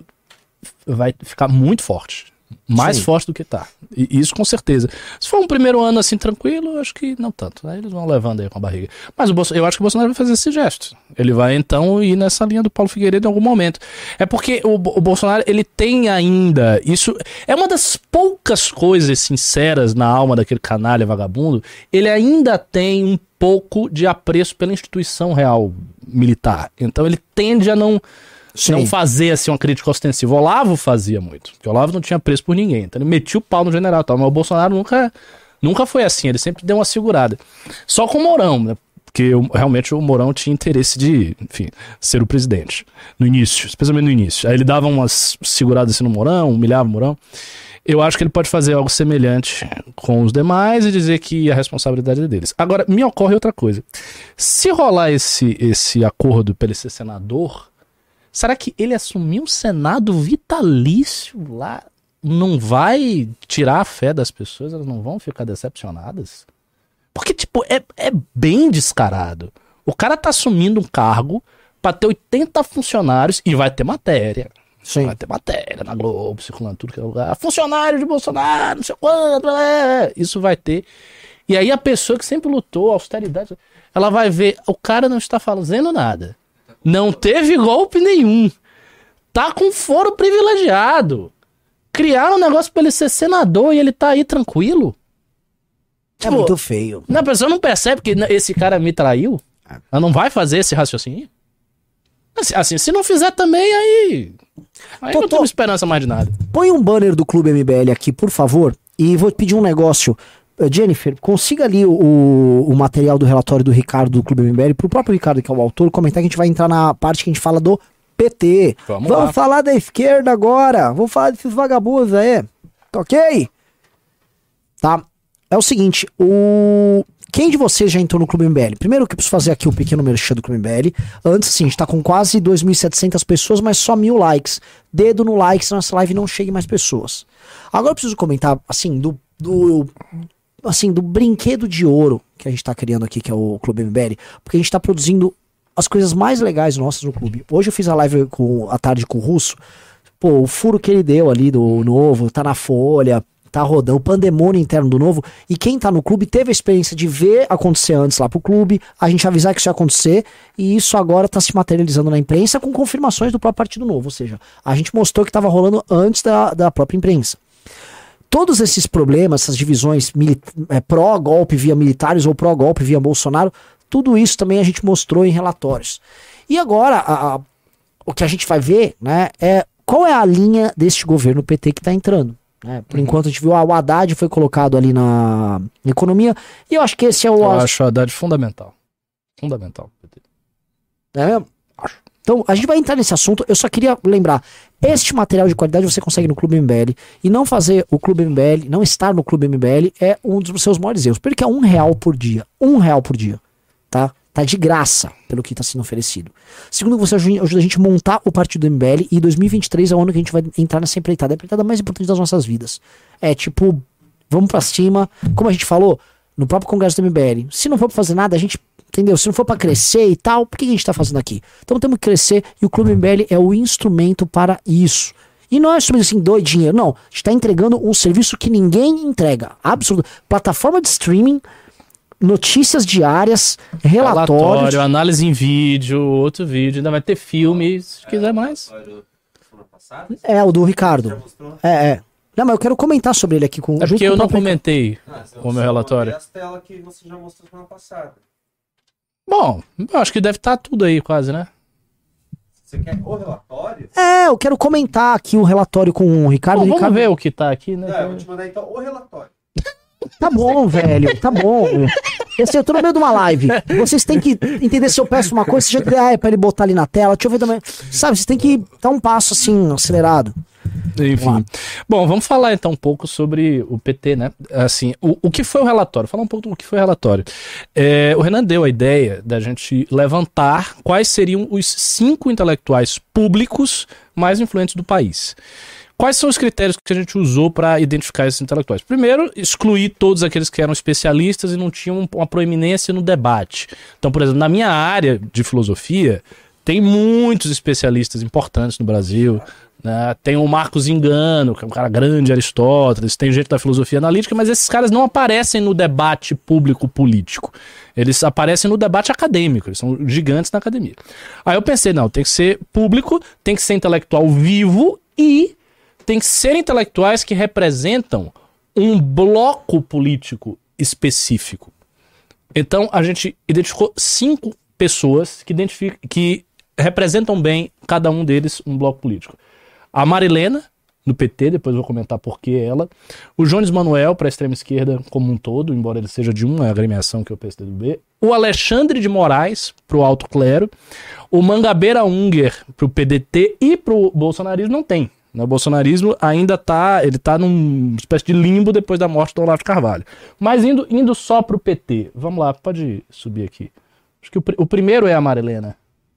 vai ficar muito forte. Mais Sim. forte do que tá. E isso com certeza. Se for um primeiro ano assim tranquilo, eu acho que não tanto. Aí eles vão levando aí com a barriga. Mas o Bolso, eu acho que o Bolsonaro vai fazer esse gesto. Ele vai então ir nessa linha do Paulo Figueiredo em algum momento. É porque o, o Bolsonaro, ele tem ainda... Isso é uma das poucas coisas sinceras na alma daquele canalha vagabundo. Ele ainda tem um pouco de apreço pela instituição real militar. Então ele tende a não... Sim. Não fazer assim uma crítica ostensiva. O Olavo fazia muito, porque o Olavo não tinha preço por ninguém, então ele metia o pau no general, tal. Mas o Bolsonaro nunca, nunca foi assim, ele sempre deu uma segurada. Só com o Mourão, né? Porque eu, realmente o Mourão tinha interesse de, enfim, ser o presidente no início, especialmente no início. Aí ele dava umas seguradas assim no Mourão, humilhava o Mourão. Eu acho que ele pode fazer algo semelhante com os demais e dizer que a responsabilidade é deles. Agora, me ocorre outra coisa. Se rolar esse, esse acordo para ele ser senador, será que ele assumir um Senado vitalício lá não vai tirar a fé das pessoas? Elas não vão ficar decepcionadas? Porque, tipo, é, é bem descarado. O cara tá assumindo um cargo pra ter oitenta funcionários e vai ter matéria. Sim. Vai ter matéria na Globo, circulando tudo que é lugar. Funcionário de Bolsonaro, não sei quanto. É. Isso vai ter. E aí a pessoa que sempre lutou, austeridade, ela vai ver, o cara não está fazendo nada. Não teve golpe nenhum. Tá com foro privilegiado. Criaram um negócio pra ele ser senador e ele tá aí tranquilo. É tipo, muito feio. A pessoa não percebe que esse cara me traiu. Ela não vai fazer esse raciocínio. Assim, assim se não fizer também, aí... Aí tô, não tenho esperança mais de nada. Põe um banner do Clube M B L aqui, por favor. E vou te pedir um negócio... Jennifer, consiga ali o, o material do relatório do Ricardo do Clube M B L, pro próprio Ricardo, que é o autor, comentar que a gente vai entrar na parte que a gente fala do P T. Vamos, Vamos lá. falar da esquerda agora. Vamos falar desses vagabundos aí. Tá ok? Tá. É o seguinte, o... Quem de vocês já entrou no Clube M B L? Primeiro que eu preciso fazer aqui o pequeno merchan do Clube M B L. Antes, sim, a gente tá com quase dois mil e setecentas pessoas, mas só mil likes. Dedo no like, senão essa live não chegue mais pessoas. Agora eu preciso comentar, assim, do... do assim, do brinquedo de ouro que a gente tá criando aqui, que é o Clube M B L, porque a gente tá produzindo as coisas mais legais nossas no clube. Hoje eu fiz a live com, à tarde com o Russo, pô, o furo que ele deu ali do novo, tá na folha, tá rodando, o pandemônio interno do novo, e quem tá no clube teve a experiência de ver acontecer antes lá pro clube, a gente avisar que isso ia acontecer, e isso agora tá se materializando na imprensa com confirmações do próprio Partido Novo, ou seja, a gente mostrou que tava rolando antes da, da própria imprensa. Todos esses problemas, essas divisões é, pró-golpe via militares ou pró-golpe via Bolsonaro, tudo isso também a gente mostrou em relatórios. E agora, a, a, o que a gente vai ver, né, é qual é a linha deste governo P T que tá entrando? Né? Por uhum. enquanto a gente viu, ah, o Haddad foi colocado ali na economia, e eu acho que esse é o... Eu acho o Haddad fundamental. Fundamental. É mesmo? Acho. Então, a gente vai entrar nesse assunto. Eu só queria lembrar, este material de qualidade você consegue no Clube M B L, e não fazer o Clube M B L, não estar no Clube M B L é um dos seus maiores erros, porque é um real por dia. Um real por dia, tá? Tá de graça pelo que está sendo oferecido. Segundo, você ajuda a gente a montar o partido do M B L, e dois mil e vinte e três é o ano que a gente vai entrar nessa empreitada. É a empreitada mais importante das nossas vidas. É tipo, vamos pra cima. Como a gente falou no próprio congresso do M B L, se não for pra fazer nada, a gente, entendeu? Se não for pra crescer e tal, por que a gente tá fazendo aqui? Então temos que crescer, e o Clube M B L é o instrumento para isso. E não é instrumento assim, doe dinheiro, não. A gente tá entregando um serviço que ninguém entrega. Absurdo. Plataforma de streaming, notícias diárias, relatórios. Relatório, análise em vídeo, outro vídeo, ainda vai ter filme, se é, quiser mais. É, o do Ricardo. É, é. Não, mas eu quero comentar sobre ele aqui com É porque eu não comentei ah, o meu relatório. As telas que você já mostrou semana passada. Bom, eu acho que deve estar tudo aí quase, né? Você quer o relatório? É, eu quero comentar aqui o relatório com o Ricardo. Bom, vamos Ricardo... ver o que tá aqui, né? É, eu vou te mandar então o relatório. Tá bom, velho, tá bom. Eu, sei, eu tô no meio de uma live. Vocês têm que entender, se eu peço uma coisa, você já ah, é pra ele botar ali na tela. Deixa eu ver também. Sabe, vocês têm que dar um passo assim, acelerado. Enfim. Bom, vamos falar então um pouco sobre o P T, né? Assim, o, o que foi o relatório? Falar um pouco do que foi o relatório. É, o Renan deu a ideia da gente levantar quais seriam os cinco intelectuais públicos mais influentes do país. Quais são os critérios que a gente usou para identificar esses intelectuais? Primeiro, excluir todos aqueles que eram especialistas e não tinham uma proeminência no debate. Então, por exemplo, na minha área de filosofia, tem muitos especialistas importantes no Brasil. Né? Tem o Marcos Engano, que é um cara grande, Aristóteles, tem gente da filosofia analítica, mas esses caras não aparecem no debate público político. Eles aparecem no debate acadêmico, eles são gigantes na academia. Aí eu pensei, não, tem que ser público, tem que ser intelectual vivo e tem que ser intelectuais que representam um bloco político específico. Então, a gente identificou cinco pessoas que, que representam bem, cada um deles, um bloco político. A Marilena, no P T, depois eu vou comentar por que ela. O Jones Manuel, para a extrema-esquerda como um todo, embora ele seja de uma agremiação que é o P S D B. O Alexandre de Moraes, para o Alto Clero. O Mangabeira Unger, para o P D T, e para o bolsonarismo não tem. O bolsonarismo ainda está, ele está numa espécie de limbo depois da morte do Olavo de Carvalho. Mas indo, indo só para o P T, vamos lá, pode subir aqui. Acho que o, o primeiro é a Marilena.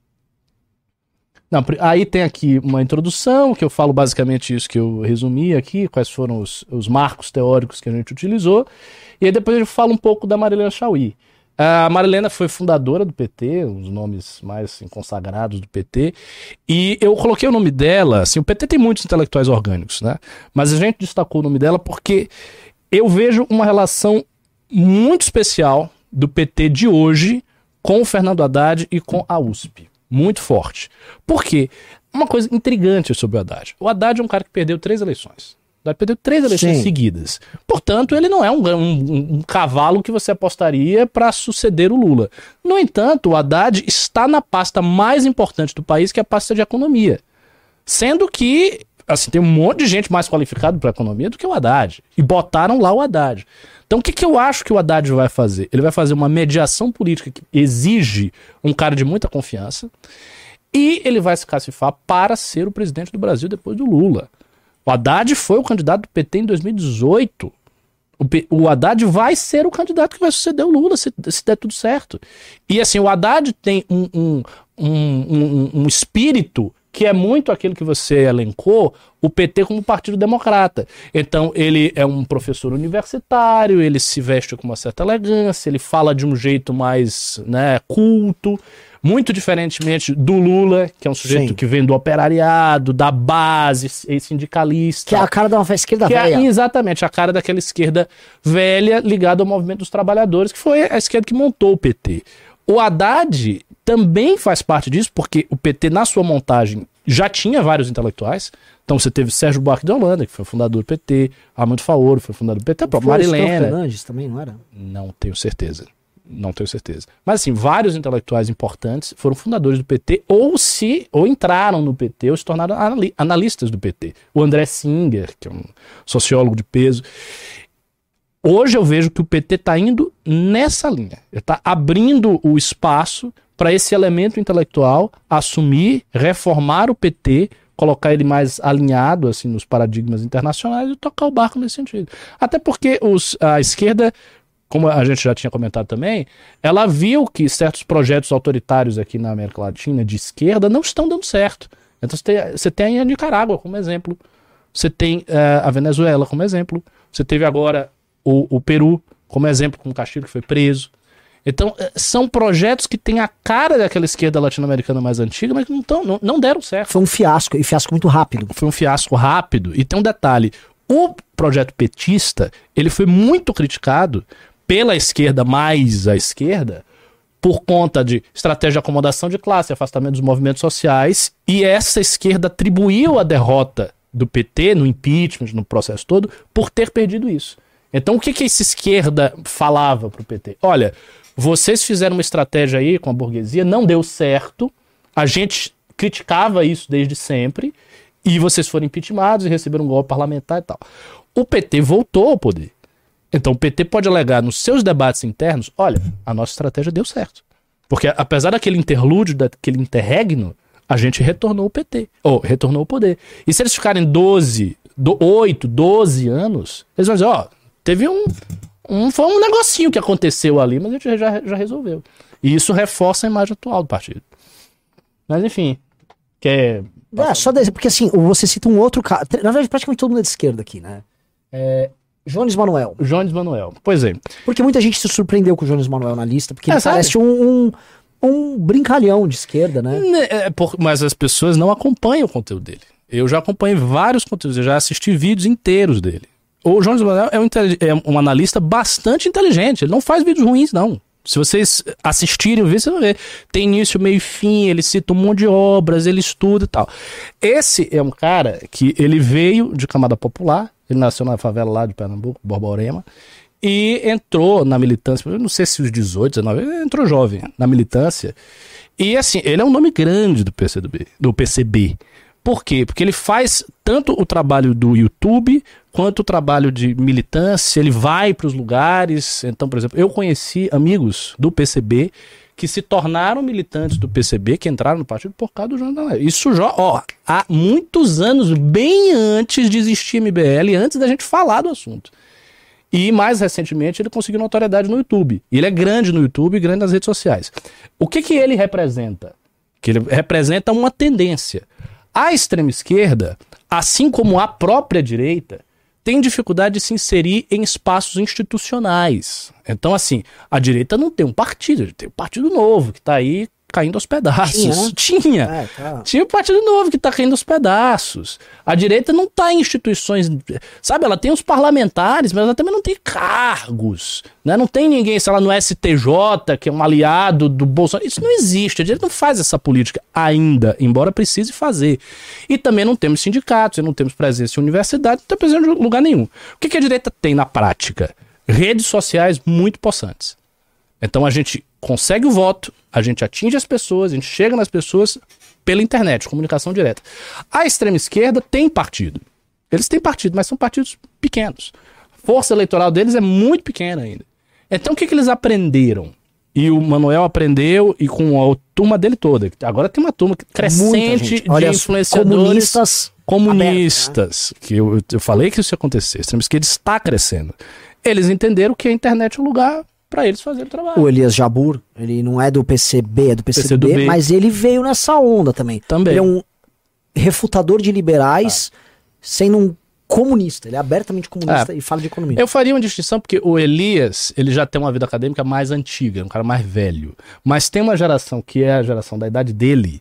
Não, aí tem aqui uma introdução, que eu falo basicamente isso que eu resumi aqui, quais foram os, os marcos teóricos que a gente utilizou, e aí depois eu falo um pouco da Marilena Chaui. A Marilena foi fundadora do P T, um dos nomes mais assim, consagrados do P T, e eu coloquei o nome dela, assim, o P T tem muitos intelectuais orgânicos, né? Mas a gente destacou o nome dela porque eu vejo uma relação muito especial do P T de hoje com o Fernando Haddad e com a U S P. Muito forte. Por quê? Uma coisa intrigante sobre o Haddad. O Haddad é um cara que perdeu três eleições. O Haddad perdeu três eleições Sim. seguidas. Portanto, ele não é um, um, um cavalo que você apostaria para suceder o Lula. No entanto, o Haddad está na pasta mais importante do país, que é a pasta de economia. Sendo que assim, tem um monte de gente mais qualificada para economia do que o Haddad. E botaram lá o Haddad. Então o que, que eu acho que o Haddad vai fazer? Ele vai fazer uma mediação política que exige um cara de muita confiança e ele vai se classificar para ser o presidente do Brasil depois do Lula. O Haddad foi o candidato do P T em dois mil e dezoito. O, P... o Haddad vai ser o candidato que vai suceder o Lula, se, se der tudo certo. E assim, o Haddad tem um, um, um, um, um espírito que é muito aquilo que você elencou, o P T como Partido Democrata. Então, ele é um professor universitário, ele se veste com uma certa elegância, ele fala de um jeito mais, né, culto, muito diferentemente do Lula, que é um sujeito Sim. que vem do operariado, da base, sindicalista. Que é a cara da uma esquerda que velha. É, exatamente, a cara daquela esquerda velha ligada ao movimento dos trabalhadores, que foi a esquerda que montou o P T. O Haddad também faz parte disso, porque o P T, na sua montagem, já tinha vários intelectuais. Então você teve Sérgio Buarque de Holanda, que foi fundador do P T, Armando Faoro foi fundador do P T, a própria Marilena. Fernandes também, não era? Não tenho certeza. Não tenho certeza. Mas assim, vários intelectuais importantes foram fundadores do P T ou se ou entraram no P T ou se tornaram anali- analistas do P T. O André Singer, que é um sociólogo de peso. Hoje eu vejo que o P T está indo nessa linha. Ele está abrindo o espaço para esse elemento intelectual assumir, reformar o P T, colocar ele mais alinhado assim, nos paradigmas internacionais e tocar o barco nesse sentido. Até porque os, a esquerda, como a gente já tinha comentado também, ela viu que certos projetos autoritários aqui na América Latina de esquerda não estão dando certo. Então você tem, você tem a Nicarágua como exemplo, você tem uh, a Venezuela como exemplo, você teve agora o, o Peru como exemplo, com o Castilho que foi preso. Então são projetos que têm a cara daquela esquerda latino-americana mais antiga, mas que não, tão, não, não deram certo. Foi um fiasco, e fiasco muito rápido. Foi um fiasco rápido. E tem um detalhe, o projeto petista, ele foi muito criticado pela esquerda mais à esquerda, por conta de estratégia de acomodação de classe, afastamento dos movimentos sociais, e essa esquerda atribuiu a derrota do P T no impeachment, no processo todo, por ter perdido isso. Então o que, que essa esquerda falava pro P T? Olha, vocês fizeram uma estratégia aí com a burguesia, não deu certo, a gente criticava isso desde sempre, e vocês foram impeachmentados e receberam um golpe parlamentar e tal. O P T voltou ao poder. Então o P T pode alegar nos seus debates internos, olha, a nossa estratégia deu certo. Porque apesar daquele interlúdio, daquele interregno, a gente retornou o P T, ou retornou o poder. E se eles ficarem doze, oito, doze anos, eles vão dizer, ó, teve um, um, foi um negocinho que aconteceu ali, mas a gente já, já resolveu. E isso reforça a imagem atual do partido. Mas enfim, quer... É, só de, porque assim, você cita um outro cara, na verdade praticamente todo mundo é de esquerda aqui, né? É... Jones Manuel. Jones Manuel, pois é. Porque muita gente se surpreendeu com o Jones Manuel na lista, porque é, ele sabe? parece um, um, um brincalhão de esquerda, né? É, por, mas as pessoas não acompanham o conteúdo dele. Eu já acompanhei vários conteúdos, eu já assisti vídeos inteiros dele. O Jones Manuel é um, é um analista bastante inteligente, ele não faz vídeos ruins, não. Se vocês assistirem o vídeo, você vai ver. Tem início, meio e fim, ele cita um monte de obras, ele estuda e tal. Esse é um cara que ele veio de camada popular, ele nasceu na favela lá de Pernambuco, Borborema, e entrou na militância, eu não sei se os dezoito, dezenove, ele entrou jovem na militância. E assim, ele é um nome grande do P C B, do P C B. Por quê? Porque ele faz tanto o trabalho do YouTube quanto o trabalho de militância, ele vai para os lugares. Então, por exemplo, eu conheci amigos do P C B que se tornaram militantes do P C B, que entraram no partido por causa do Jones Manuel. Isso já, ó, há muitos anos, bem antes de existir M B L, antes da gente falar do assunto. E mais recentemente ele conseguiu notoriedade no YouTube. E ele é grande no YouTube e grande nas redes sociais. O que que ele representa? Que ele representa uma tendência. A extrema esquerda, assim como a própria direita, tem dificuldade de se inserir em espaços institucionais. Então, assim, a direita não tem um partido, tem um partido novo que está aí caindo aos pedaços. Tinha. Tinha. É, tá. Tinha um partido novo que está caindo aos pedaços. A direita não está em instituições... Sabe, ela tem os parlamentares, mas ela também não tem cargos. Né? Não tem ninguém, sei lá, no S T J, que é um aliado do Bolsonaro. Isso não existe. A direita não faz essa política ainda, embora precise fazer. E também não temos sindicatos, não temos presença em universidade, não tem presença em lugar nenhum. O que, que a direita tem na prática? Redes sociais muito possantes. Então a gente consegue o voto, a gente atinge as pessoas, a gente chega nas pessoas pela internet, comunicação direta. A extrema esquerda tem partido. Eles têm partido, mas são partidos pequenos. A força eleitoral deles é muito pequena ainda. Então o que, que eles aprenderam? E o Manuel aprendeu, e com a turma dele toda. Agora tem uma turma crescente de Olha, influenciadores comunistas. Comunistas. Aberto, né? Que eu, eu falei que isso ia acontecer. A extrema esquerda está crescendo. Eles entenderam que a internet é um lugar para eles fazerem o trabalho. O Elias Jabbour, ele não é do P C B, é do P C B, P C B, mas ele veio nessa onda também. Também. Ele é um refutador de liberais, ah. sendo um comunista. Ele é abertamente comunista ah. e fala de economia. Eu faria uma distinção porque o Elias, ele já tem uma vida acadêmica mais antiga, um cara mais velho. Mas tem uma geração que é a geração da idade dele,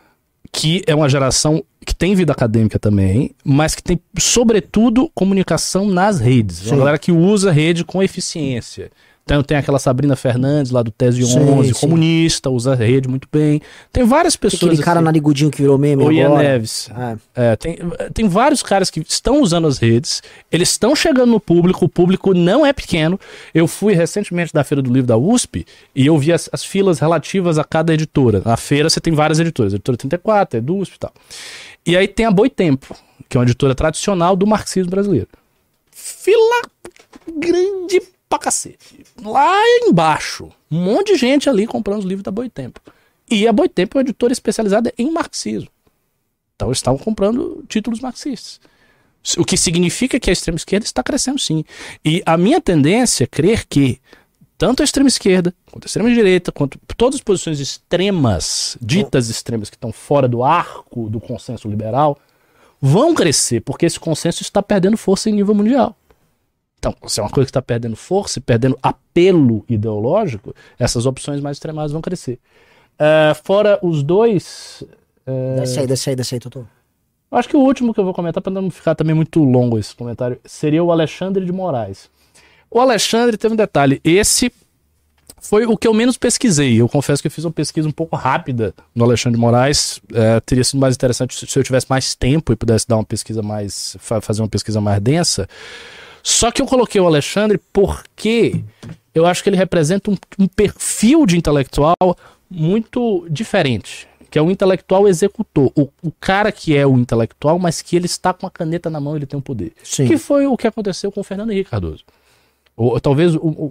que é uma geração que tem vida acadêmica também, mas que tem, sobretudo, comunicação nas redes. Sim. Uma galera que usa rede com eficiência. Então tem aquela Sabrina Fernandes lá do Tese Sim, onze, sim. comunista, usa a rede muito bem. Tem várias pessoas Aquele cara assim. narigudinho que virou meme O Ian agora. Neves. É. É, tem, tem vários caras que estão usando as redes, eles estão chegando no público, o público não é pequeno. Eu fui recentemente da Feira do Livro da U S P e eu vi as, as filas relativas a cada editora. Na feira você tem várias editoras, a editora trinta e quatro, é do U S P e tal. E aí tem a Boitempo, que é uma editora tradicional do marxismo brasileiro. Fila grande pra cacete. Lá embaixo, um monte de gente ali comprando os livros da Boitempo. E a Boitempo é uma editora especializada em marxismo. Então eles estavam comprando títulos marxistas. O que significa que a extrema esquerda está crescendo sim. E a minha tendência é crer que tanto a extrema esquerda, quanto a extrema direita, quanto todas as posições extremas, ditas extremas, que estão fora do arco do consenso liberal, vão crescer, porque esse consenso está perdendo força em nível mundial. Então, se é uma coisa que está perdendo força e perdendo apelo ideológico, essas opções mais extremadas vão crescer. Uh, fora os dois... Uh, Desce aí, desce aí, desce aí, Totô. acho que o último que eu vou comentar, para não ficar também muito longo esse comentário, seria o Alexandre de Moraes. O Alexandre teve um detalhe. Esse foi o que eu menos pesquisei. Eu confesso que eu fiz uma pesquisa um pouco rápida no Alexandre de Moraes. É, teria sido mais interessante se eu tivesse mais tempo e pudesse dar uma pesquisa mais... fazer uma pesquisa mais densa. Só que eu coloquei o Alexandre porque eu acho que ele representa um, um perfil de intelectual muito diferente, que é o intelectual executor, o, o cara que é o intelectual, mas que ele está com a caneta na mão e ele tem o poder. Sim. Que foi o que aconteceu com o Fernando Henrique Cardoso. Ou, talvez o, o,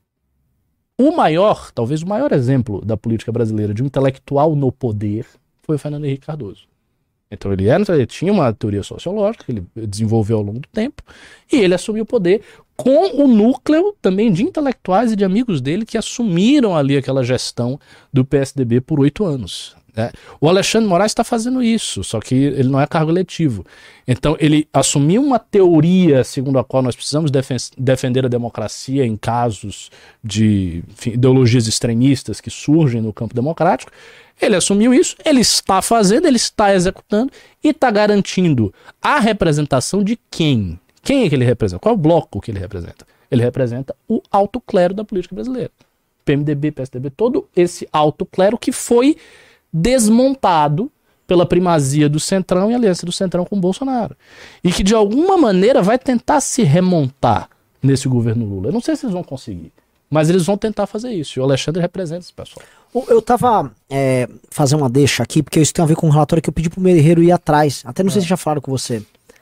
o maior, talvez o maior exemplo da política brasileira de um intelectual no poder foi o Fernando Henrique Cardoso. Então ele, era, ele tinha uma teoria sociológica que ele desenvolveu ao longo do tempo e ele assumiu o poder com o núcleo também de intelectuais e de amigos dele que assumiram ali aquela gestão do P S D B por oito anos. Né? O Alexandre de Moraes está fazendo isso, só que ele não é cargo eletivo. Então ele assumiu uma teoria segundo a qual nós precisamos defen- defender a democracia em casos de enfim, ideologias extremistas que surgem no campo democrático. Ele assumiu isso, ele está fazendo, ele está executando e está garantindo a representação de quem? Quem é que ele representa? Qual é o bloco que ele representa? Ele representa o alto clero da política brasileira. P M D B, P S D B, todo esse alto clero que foi desmontado pela primazia do Centrão e aliança do Centrão com o Bolsonaro. E que de alguma maneira vai tentar se remontar nesse governo Lula. Eu não sei se eles vão conseguir, mas eles vão tentar fazer isso. E o Alexandre representa esse pessoal. Eu tava é, fazendo uma deixa aqui, porque isso tem a ver com um relatório que eu pedi pro Merreiro ir atrás. Até não sei se já falaram com você.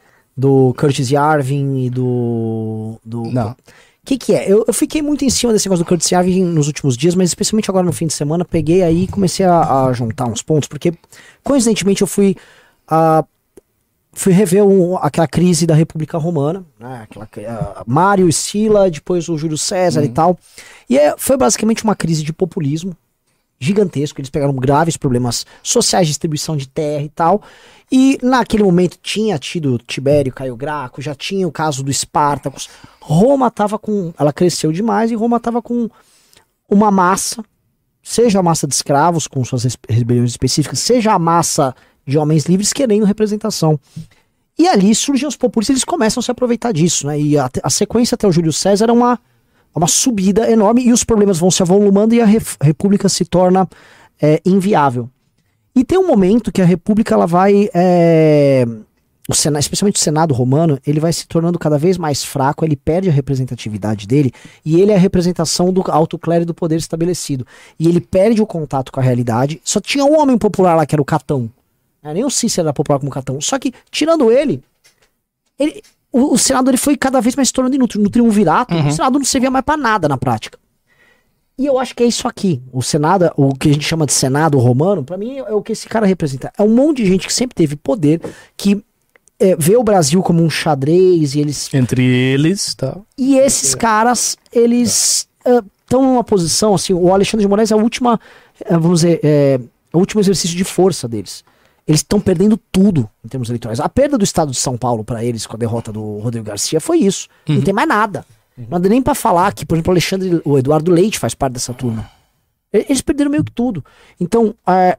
Do Curtis Yarvin e do... do Não. O que que é? Eu, eu fiquei muito em cima desse negócio do Curtis Yarvin nos últimos dias, mas especialmente agora no fim de semana, peguei aí e comecei a, a juntar uns pontos, porque coincidentemente eu fui... Uh, fui rever um, aquela crise da República Romana, né? Aquela, uh, Mário e Sila, depois o Júlio César uhum. e tal. E é, foi basicamente uma crise de populismo gigantesco. Eles pegaram graves problemas sociais, distribuição de terra e tal. E naquele momento tinha tido Tibério, Caio Graco, já tinha o caso do Espartacus. Roma tava com... Ela cresceu demais e Roma tava com uma massa, seja a massa de escravos com suas rebeliões específicas, seja a massa de homens livres querendo representação. E ali surgem os populistas, eles começam a se aproveitar disso, né? E a, a sequência até o Júlio César é uma, uma subida enorme e os problemas vão se avolumando e a ref, república se torna é, inviável. E tem um momento que a república ela vai, é, o Senado, especialmente o Senado romano, ele vai se tornando cada vez mais fraco, ele perde a representatividade dele e ele é a representação do alto clero e do poder estabelecido. E ele perde o contato com a realidade. Só tinha um homem popular lá que era o Catão. É, nem o Cícero era popular como Catão. Só que, tirando ele, ele o, o Senado ele foi cada vez mais se tornando inútil. No triunvirato, uhum. o Senado não servia mais pra nada na prática. E eu acho que é isso aqui. O Senado, o que a gente chama de Senado romano, pra mim é o que esse cara representa. É um monte de gente que sempre teve poder, que é, vê o Brasil como um xadrez e eles... Entre eles, tá. E esses caras, eles estão uh, numa posição, assim, o Alexandre de Moraes é a última, uh, vamos dizer, é, o último exercício de força deles. Eles estão perdendo tudo em termos eleitorais. A perda do estado de São Paulo pra eles com a derrota do Rodrigo Garcia foi isso. Uhum. Não tem mais nada. Uhum. Não dá nem pra falar que, por exemplo, o Alexandre, o Eduardo Leite faz parte dessa turma. Eles perderam meio que tudo. Então, é,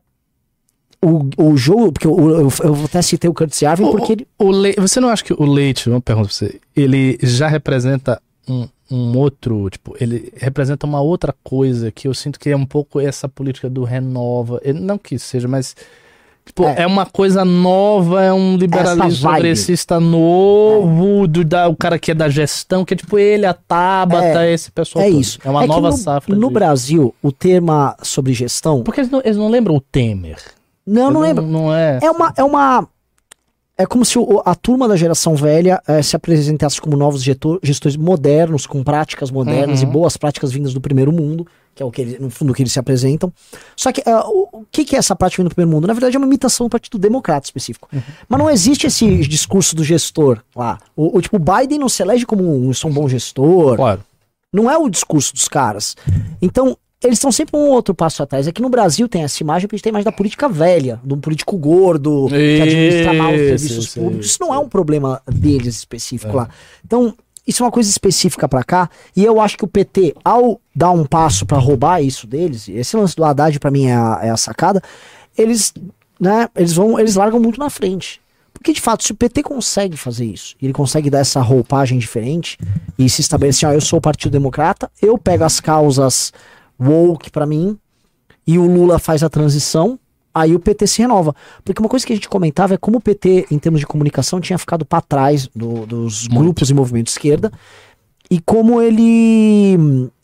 o, o jogo, porque eu, eu, eu até citei o Curtis Yarvin porque o, ele... O Le... Você não acha que o Leite, uma pergunta pra você, ele já representa um, um outro, tipo, ele representa uma outra coisa que eu sinto que é um pouco essa política do renova, ele, não que seja, mas tipo, é. é uma coisa nova, é um liberalismo progressista novo, é. do, da, o cara que é da gestão, que é tipo ele, a Tabata, é, esse pessoal É todo. isso. É uma é nova no, safra. No de... Brasil, o tema sobre gestão... Porque eles não, eles não lembram o Temer. Não, não, não lembro. Não é... É uma... É uma... É como se o, a turma da geração velha eh, se apresentasse como novos gestor, gestores modernos, com práticas modernas uhum. e boas práticas vindas do primeiro mundo, que é o que eles, no fundo, o que eles se apresentam. Só que uh, o, o que, que é essa prática vindo do primeiro mundo? Na verdade é uma imitação do Partido Democrata específico. Uhum. Mas não existe esse discurso do gestor lá. O, o tipo, Biden não se elege como um, um bom gestor. Claro. Não é o discurso dos caras. Então... Eles estão sempre um outro passo atrás. Aqui no Brasil tem essa imagem, porque a gente tem mais da política velha, de um político gordo, que administra mal os serviços isso, públicos. Isso não é um problema deles específico é. lá. Então, isso é uma coisa específica pra cá. E eu acho que o P T, ao dar um passo pra roubar isso deles, esse lance do Haddad pra mim é a, é a sacada, eles, né, eles vão, eles largam muito na frente. Porque, de fato, se o P T consegue fazer isso, e ele consegue dar essa roupagem diferente, e se estabelecer, ó, eu sou o Partido Democrata, eu pego as causas... woke pra mim, e o Lula faz a transição, aí o P T se renova. Porque uma coisa que a gente comentava é como o P T, em termos de comunicação, tinha ficado pra trás do, dos Muito. grupos e movimentos de esquerda, e como ele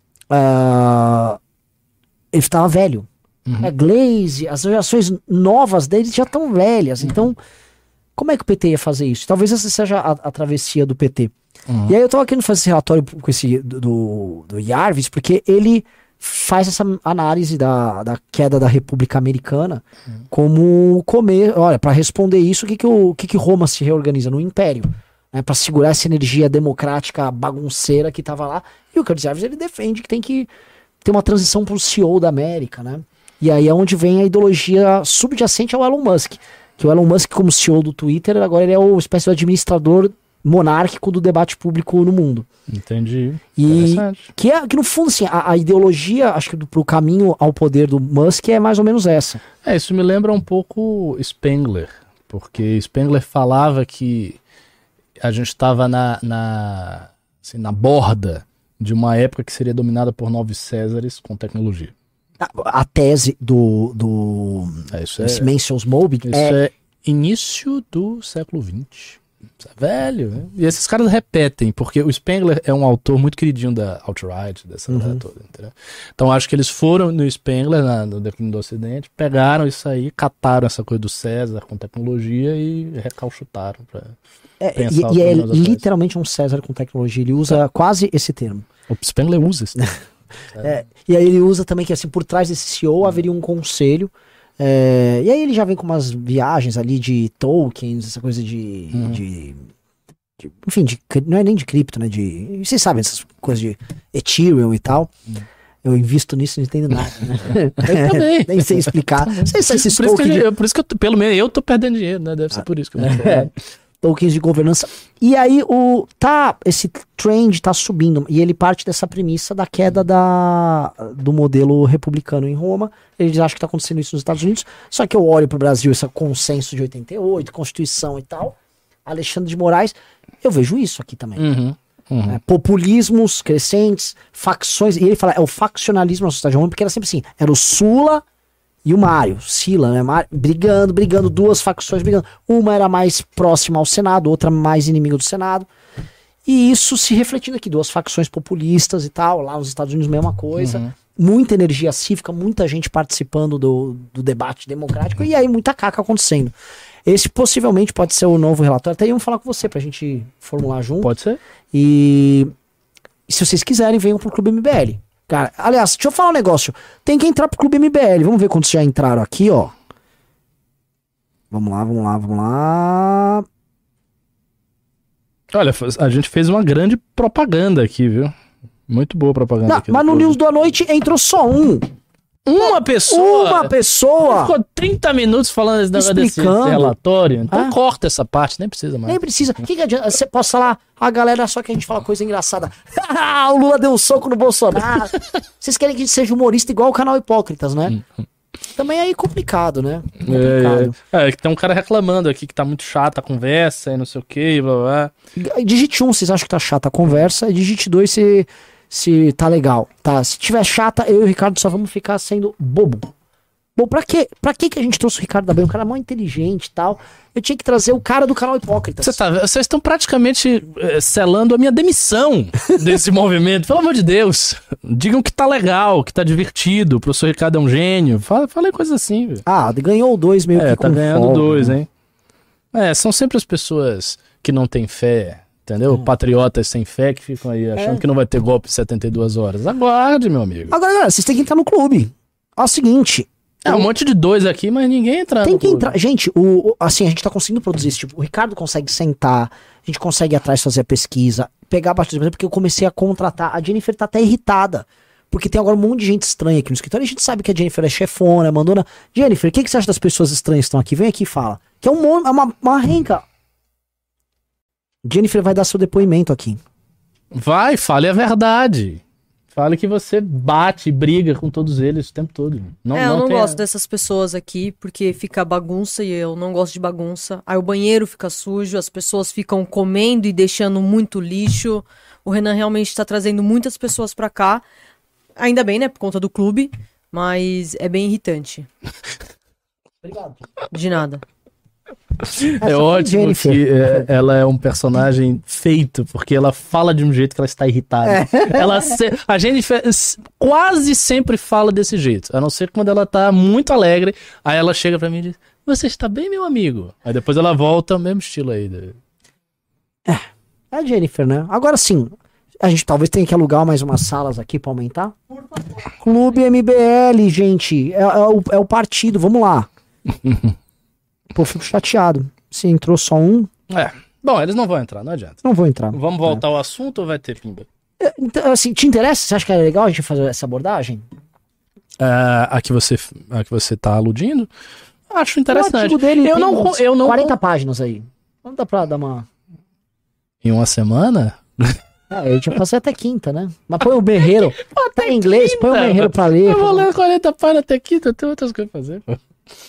uh, ele estava velho. Uhum. É, Glaze, as gerações novas deles já estão velhas, uhum. então como é que o P T ia fazer isso? Talvez essa seja a, a travessia do P T. Uhum. E aí eu tava querendo fazer esse relatório com esse do, do, do Yarvis, porque ele faz essa análise da, da queda da República Americana uhum. como comer, olha, para responder isso, o que que, o, que que Roma se reorganiza? No Império, né, para segurar essa energia democrática bagunceira que tava lá, e o Curtis Yarvis, ele defende que tem que ter uma transição pro C E O da América, né, e aí é onde vem a ideologia subjacente ao Elon Musk, que o Elon Musk, como C E O do Twitter, agora ele é o espécie de administrador monárquico do debate público no mundo. Entendi. E que, é, que no fundo, assim, a, a ideologia, acho que do, pro caminho ao poder do Musk é mais ou menos essa. É, isso me lembra um pouco Spengler, porque Spengler falava que a gente estava na, na, assim, na borda de uma época que seria dominada por novos Césares com tecnologia. A, a tese do, do é, isso é, Mencius Moby isso é... é início do século vinte. Isso é velho, né? E esses caras repetem, porque o Spengler é um autor muito queridinho da alt-right, dessa uhum. toda, entendeu? Então acho que eles foram no Spengler, na, no declínio do Ocidente, pegaram isso aí, cataram essa coisa do César com tecnologia e recalchutaram pra é, pensar. E, e é literalmente um César com tecnologia, ele usa é. quase esse termo. O Spengler usa esse termo. é, e aí ele usa também que assim, por trás desse C E O haveria um conselho. É, e aí ele já vem com umas viagens ali de tokens, essa coisa de, uhum. de, de enfim, de, não é nem de cripto, né, de, vocês sabem essas coisas de Ethereum e tal, uhum. eu invisto nisso e não entendo nada, né? Eu também. Nem sei explicar. Sei, sei, esses por, isso que de... eu, por isso que eu, pelo menos eu tô perdendo dinheiro, né, deve ser ah. por isso que eu não é. Tokens de governança. E aí o tá esse trend tá subindo e ele parte dessa premissa da queda da, do modelo republicano em Roma. Eles acham que tá acontecendo isso nos Estados Unidos. Só que eu olho pro Brasil, esse consenso de oitenta e oito, Constituição e tal, Alexandre de Moraes, eu vejo isso aqui também. Uhum, uhum. É, populismos crescentes, facções, e ele fala, é o faccionalismo na sociedade romana, porque era sempre assim, era o Sula e o Mário, Sila, né, Mário, brigando, brigando, duas facções brigando. Uma era mais próxima ao Senado, outra mais inimiga do Senado. E isso se refletindo aqui, duas facções populistas e tal, lá nos Estados Unidos mesma coisa. Uhum. Muita energia cívica, muita gente participando do, do debate democrático, e aí muita caca acontecendo. Esse possivelmente pode ser o novo relatório. Até iam falar com você pra gente formular junto. Pode ser. E, e se vocês quiserem, venham pro Clube M B L. Cara, aliás, deixa eu falar um negócio. Tem que entrar pro Clube M B L. Vamos ver quantos já entraram aqui, ó. Vamos lá, vamos lá, vamos lá. Olha, a gente fez uma grande propaganda aqui, viu? Muito boa propaganda. Não, aqui mas no News da Noite entrou só um. Uma pessoa? Uma pessoa! Ficou trinta minutos falando desse, desse relatório. Então ah. corta essa parte, nem precisa mais. Nem precisa. O que, que adianta? Você pode falar, a galera só que a gente fala coisa engraçada. O Lula deu um soco no Bolsonaro. Vocês querem que a gente seja humorista igual o canal Hipócritas, né? Também é aí complicado, né? Complicado. É, é, tem um cara reclamando aqui que tá muito chata a conversa e não sei o que, blá blá. Digite um, vocês acham que tá chata a conversa, e digite dois se, se tá legal, tá? Se tiver chata, eu e o Ricardo só vamos ficar sendo bobo. Bom, pra quê? Pra quê que a gente trouxe o Ricardo da Bem? Um cara mó inteligente e tal. Eu tinha que trazer o cara do canal Hipócritas. Você tá, vocês estão praticamente é, selando a minha demissão desse movimento. Pelo amor de Deus. Digam que tá legal, que tá divertido. O professor Ricardo é um gênio. Fala, falei coisas assim, velho. Ah, ganhou dois meio É, que tá com ganhando folga, dois, né? hein? É, são sempre as pessoas que não têm fé, entendeu? Patriotas sem fé que ficam aí achando É. que não vai ter golpe em setenta e duas horas. Aguarde, meu amigo. Agora, galera, vocês têm que entrar no clube. Ó, é o seguinte... É um monte de dois aqui, mas ninguém entra Tem no que clube. entrar. Gente, o, o- assim, a gente tá conseguindo produzir esse tipo. O Ricardo consegue sentar, a gente consegue ir atrás fazer a pesquisa, pegar bastante, porque eu comecei a contratar. A Jennifer tá até irritada. Porque tem agora um monte de gente estranha aqui no escritório. E a gente sabe que a Jennifer é chefona, mandona. Jennifer, o que, que você acha das pessoas estranhas que estão aqui? Vem aqui e fala. Que é um mon- é uma, uma renca. Jennifer vai dar seu depoimento aqui. Vai, fale a verdade. Fale que você bate e briga com todos eles o tempo todo. Não, é, eu não tem- gosto dessas pessoas aqui, porque fica bagunça e eu não gosto de bagunça. Aí o banheiro fica sujo, as pessoas ficam comendo e deixando muito lixo. O Renan realmente tá trazendo muitas pessoas pra cá. Ainda bem, né, por conta do clube, mas é bem irritante. Obrigado. De nada. É ótimo que é, ela é um personagem feito, porque ela fala de um jeito que ela está irritada. Ela se- a gente fe- quase sempre fala desse jeito, a não ser quando ela tá muito alegre, aí ela chega pra mim e diz, você está bem, meu amigo? Aí depois ela volta, mesmo estilo aí. né? É a Jennifer, né? Agora sim, a gente talvez tenha que alugar mais umas salas aqui pra aumentar. Clube M B L, gente. É, é o, é o partido, vamos lá. Pô, fico chateado. Se entrou só um, É. Bom, eles não vão entrar, não adianta. não vou entrar. Vamos voltar ao assunto ou vai ter pimba? É, então, assim, te interessa? Você acha que é legal a gente fazer essa abordagem? Ah, a, que você, a que você tá aludindo? Acho O interessante. artigo dele eu tem não, uns eu não quarenta páginas aí. Não dá pra dar uma... Em uma semana? É, a gente vai fazer até quinta, né? Mas põe o berreiro. Tá em inglês, põe o berreiro pra ler. Eu vou pô. ler quarenta páginas até aqui, eu tenho outras coisas pra fazer, pô.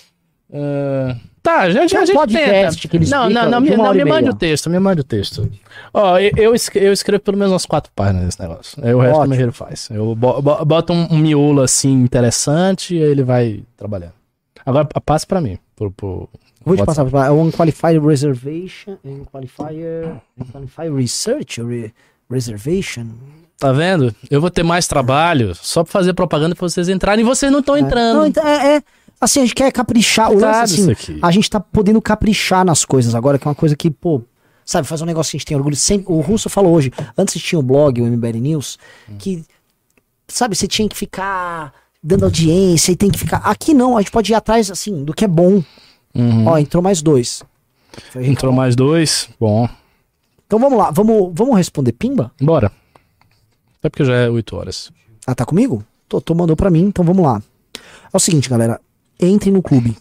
Ah, tá, já, já, Tem um a gente podcast que tenta. ele Não, explica não, não, de me, uma não, hora me e mande meia. o texto, me mande o texto. Ó, eu, eu, escrevo, eu escrevo pelo menos umas quatro páginas nesse negócio. Aí o resto o Ótimo. Merreiro faz. Eu bo- bo- boto um, um miolo assim interessante e aí ele vai trabalhando. Agora passe pra mim. Pro, pro Vou te WhatsApp. passar. É um Unqualified Reservation. Unqualifier. Unqualified Research. Re, reservation. Tá vendo? Eu vou ter mais trabalho só pra fazer propaganda pra vocês entrarem e vocês não estão entrando. Não, então, é, é. Assim, a gente quer caprichar. O lance, Complicado assim, isso aqui. a gente tá podendo caprichar nas coisas agora, que é uma coisa que, pô. Sabe, fazer um negócio que a gente tem orgulho. Sempre, o Russo falou hoje, antes tinha o blog, o M B L News, que, sabe, você tinha que ficar dando audiência e tem que ficar. Aqui não, a gente pode ir atrás, assim, do que é bom. Uhum. Ó, entrou mais dois. Foi Entrou mais dois. Bom, Então vamos lá, vamos, vamos responder Pimba? bora. Até porque já é oito horas. Ah, tá comigo? Tô, tô mandou pra mim, então vamos lá. É o seguinte, galera. Entrem no clube.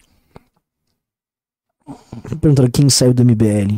Perguntando quem saiu do M B L.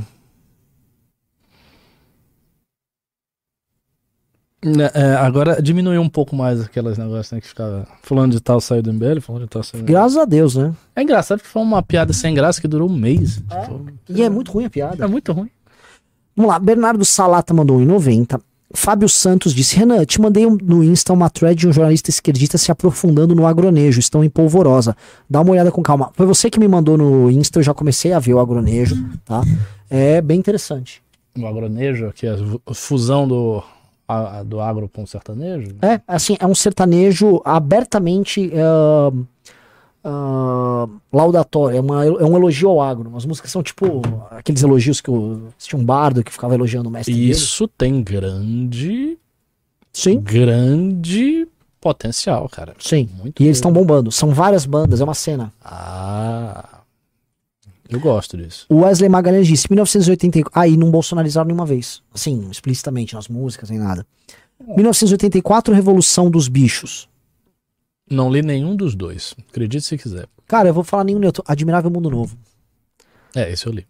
Né, é, agora diminuiu um pouco mais aquelas negócios, né, que ficava fulano de tal saiu do M B L, fulano de tal saiu do M B L. Graças a Deus, né? É engraçado que foi uma piada sem graça que durou um mês. Tipo, E é muito ruim a piada. é muito ruim. Vamos lá, Bernardo Salata mandou um e noventa. Fábio Santos disse: Renan, te mandei um- no Insta uma thread de um jornalista esquerdista se aprofundando no agronejo. Estão em polvorosa. Dá uma olhada com calma. Foi você que me mandou no Insta, eu já comecei a ver o agronejo, tá? É bem interessante. O agronejo, que é a fusão do, a- a- do agro com o sertanejo. É, assim, é um sertanejo abertamente ah, ah, laudatório, é, uma- é um elogio ao agro. As músicas são tipo aqueles elogios que o, tinha um bardo que ficava elogiando o mestre dele. Isso tem grande, Sim, grande potencial, cara. sim. Muito E eles estão bom. bombando. São várias bandas, é uma cena. Ah, eu gosto disso. O Wesley Magalhães disse, mil novecentos e oitenta e quatro... Aí, não bolsonarizaram nenhuma vez. Assim, explicitamente, nas músicas, nem nada. mil novecentos e oitenta e quatro, Revolução dos Bichos. Não li nenhum dos dois. Acredite se quiser. Cara, eu vou falar nenhum neutro. Admirável Mundo Novo. É, esse eu li.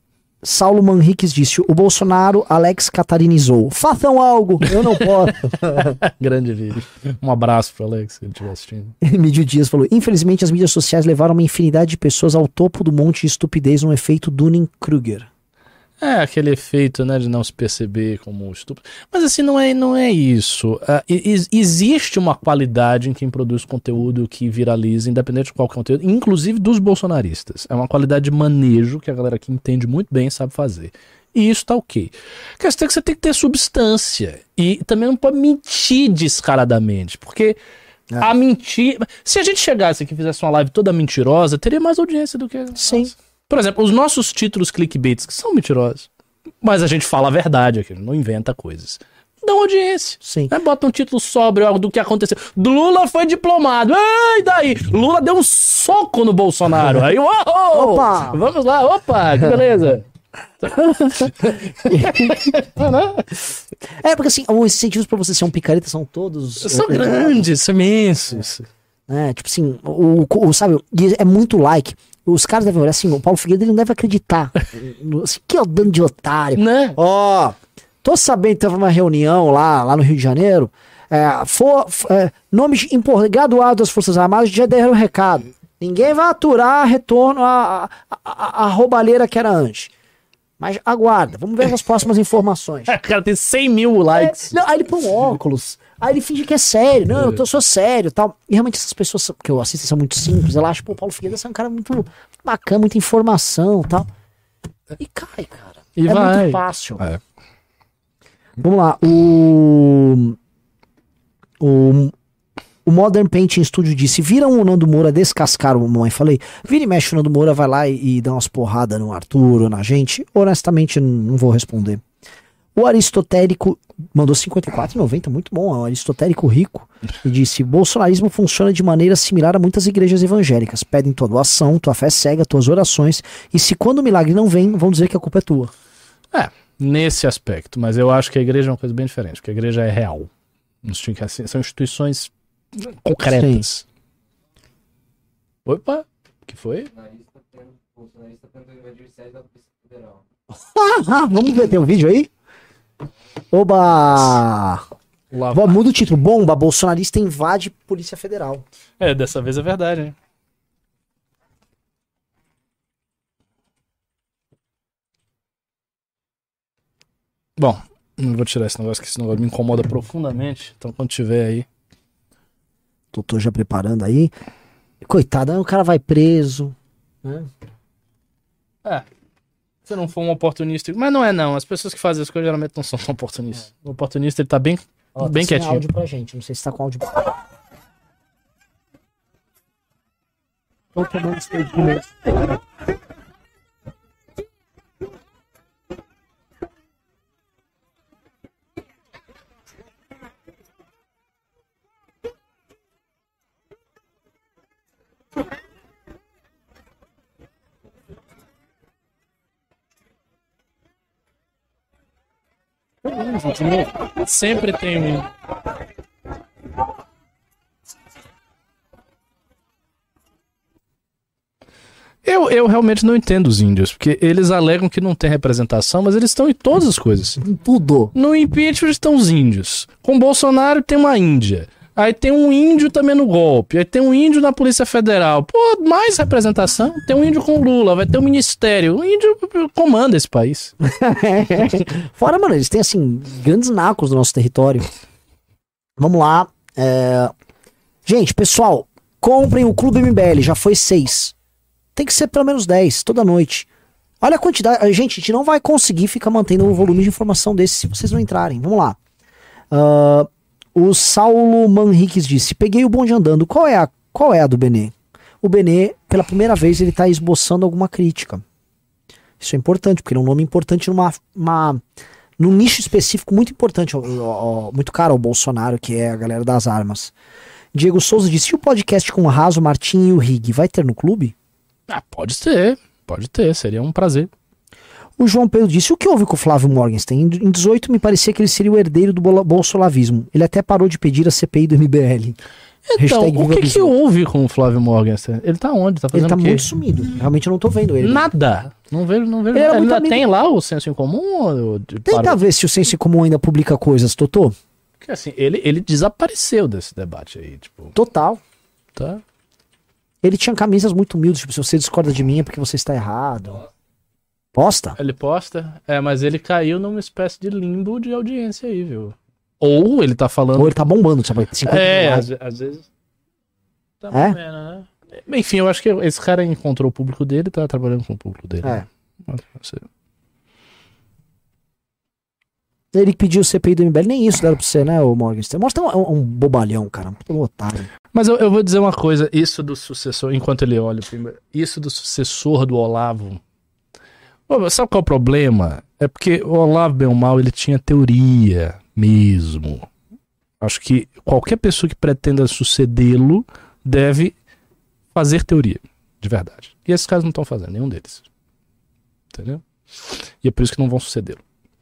Saulo Manriques disse, o Bolsonaro Alex catarinizou. Façam algo, eu não posso. Grande vídeo. Um abraço pro Alex, se ele estiver assistindo. Mídio Dias falou, infelizmente as mídias sociais levaram uma infinidade de pessoas ao topo do monte de estupidez num efeito Dunning-Kruger. É, aquele efeito, né, de não se perceber como estúpido. Mas assim, não é, não é isso. Uh, e- existe uma qualidade em quem produz conteúdo que viraliza, independente de qual conteúdo, inclusive dos bolsonaristas. É uma qualidade de manejo que a galera aqui entende muito bem e sabe fazer. E isso tá ok. A questão é que você tem que ter substância. E também não pode mentir descaradamente, porque É. a mentira... Se a gente chegasse aqui e fizesse uma live toda mentirosa, teria mais audiência do que... Sim. Nossa. Por exemplo, os nossos títulos clickbaits, que são mentirosos, mas a gente fala a verdade aqui, não inventa coisas. Dão audiência. Sim. Aí bota um título sóbrio, algo do que aconteceu. Lula foi diplomado. Ei, daí? Lula deu um soco no Bolsonaro. Aí, uou! Opa! Vamos lá, opa, que beleza. É, porque assim, os incentivos pra você ser um picareta são todos... São é, é, grandes, são imensos. né? Tipo assim, o, o, sabe, e é muito like. Os caras devem olhar assim, o Paulo Figueiredo ele não deve acreditar. no- assim, que é o dano de otário. Né? Ó, tô sabendo que teve uma reunião lá, lá no Rio de Janeiro. É, for, f- é, nomes impor- graduados das Forças Armadas já deram o recado. Ninguém vai aturar retorno à, à, à, à roubalheira que era antes. Mas aguarda, vamos ver as próximas informações. O cara tem cem mil likes. É, não, aí ele põe um óculos, aí ele finge que é sério, não, eu tô, sou sério e tal. E realmente essas pessoas são- que eu assisto são muito simples, ela acha, pô, o Paulo Figueiredo é um cara muito bacana, muita informação e tal. E cai, cara. E é vai. muito fácil. É. Vamos lá, o... O... O Modern Painting Studio disse, viram o Nando Moura descascar o mamãe? Falei, vira e mexe o Nando Moura, vai lá e, e dá umas porradas no Arthur ou na gente. Honestamente, n- não vou responder. O Aristotérico mandou cinquenta e quatro reais e noventa centavos, muito bom, é um Aristotérico rico. E disse, bolsonarismo funciona de maneira similar a muitas igrejas evangélicas. Pedem tua doação, tua fé cega, tuas orações. E se quando o milagre não vem, vão dizer que a culpa é tua. É, nesse aspecto. Mas eu acho que a igreja é uma coisa bem diferente, porque a igreja é real. São instituições concretas. Opa, o que foi? Ah, vamos ver, tem um vídeo aí? Oba! Lá Vó, muda o título. Bomba, bolsonarista invade Polícia Federal. É, dessa vez é verdade, hein? Bom, não vou tirar esse negócio, que esse negócio me incomoda profundamente. Então, quando tiver aí. Tô, tô já preparando aí. Coitado, aí o cara vai preso. Né? É. Se não for um oportunista. Mas não é, não. As pessoas que fazem as coisas geralmente não são tão oportunistas. O oportunista, ele tá bem, Ó, bem tá sem quietinho. áudio pra gente. Não sei se tá com áudio. Tô tomando esse tempo mesmo. Sempre tem um. Eu, eu realmente não entendo os índios, porque eles alegam que não tem representação, mas eles estão em todas as coisas. Tudo. No impeachment estão os índios. Com Bolsonaro tem uma Índia. Aí tem um índio também no golpe. Aí tem um índio na Polícia Federal. Pô, mais representação. Tem um índio com Lula, vai ter um ministério. O índio comanda esse país. Fora, mano, eles têm, assim, grandes nacos do nosso território. Vamos lá. é, Gente, pessoal, comprem o Clube M B L. Já foi seis. Tem que ser pelo menos dez, toda noite. Olha a quantidade. Gente, a gente não vai conseguir ficar mantendo o volume de informação desse se vocês não entrarem. Vamos lá. Ah, o Saulo Manriques disse, peguei o bonde andando. Qual é a, qual é a do Benê? O Benê, pela primeira vez, ele tá esboçando alguma crítica. Isso é importante, porque ele é um nome importante numa, uma, num nicho específico muito importante, ó, ó, muito caro ao Bolsonaro, que é a galera das armas. Diego Souza disse, e o podcast com o Raso, Martim e o Rig, vai ter no clube? Ah, pode ser. Pode ter, seria um prazer. O João Pedro disse, o que houve com o Flávio Morgenstern? Em dezoito me parecia que ele seria o herdeiro do bol- bolsolavismo. Ele até parou de pedir a C P I do M B L. Então, Hashtag o Viva que que Bizu. houve com o Flávio Morgenstern? Ele tá onde? Tá Ele fazendo tá o quê? muito sumido. Realmente eu não tô vendo ele. Nada. Não vejo, não vejo. Ele Ele, era muito ainda amigo- tem lá o senso em comum? Ou de- Tenta parou? ver se o Senso em Comum ainda publica coisas, Totô. Porque assim, ele, ele desapareceu desse debate aí, tipo, Total. tá? Ele tinha camisas muito humildes, tipo, se você discorda de mim é porque você está errado. Posta? Ele posta, é, mas ele caiu numa espécie de limbo de audiência aí, viu? Ou ele tá falando... Ou ele tá bombando, sabe? cinquenta É, mil às, likes. às vezes... Tá É? vendo, né? Enfim, eu acho que esse cara encontrou o público dele e tá trabalhando com o público dele. É. Mas, não sei. Ele pediu o C P I do M B L, nem isso deram pra você, né, o Morgenstern? Morgenstern é um, um bobalhão, cara. Um otário. Mas eu, eu vou dizer uma coisa, isso do sucessor, enquanto ele olha primeiro, isso do sucessor do Olavo. Pô, sabe qual é o problema? É porque o Olavo, bem ou mal, ele tinha teoria mesmo. Acho que qualquer pessoa que pretenda sucedê-lo deve fazer teoria, de verdade. E esses caras não estão fazendo, nenhum deles. Entendeu? E é por isso que não vão sucedê-lo.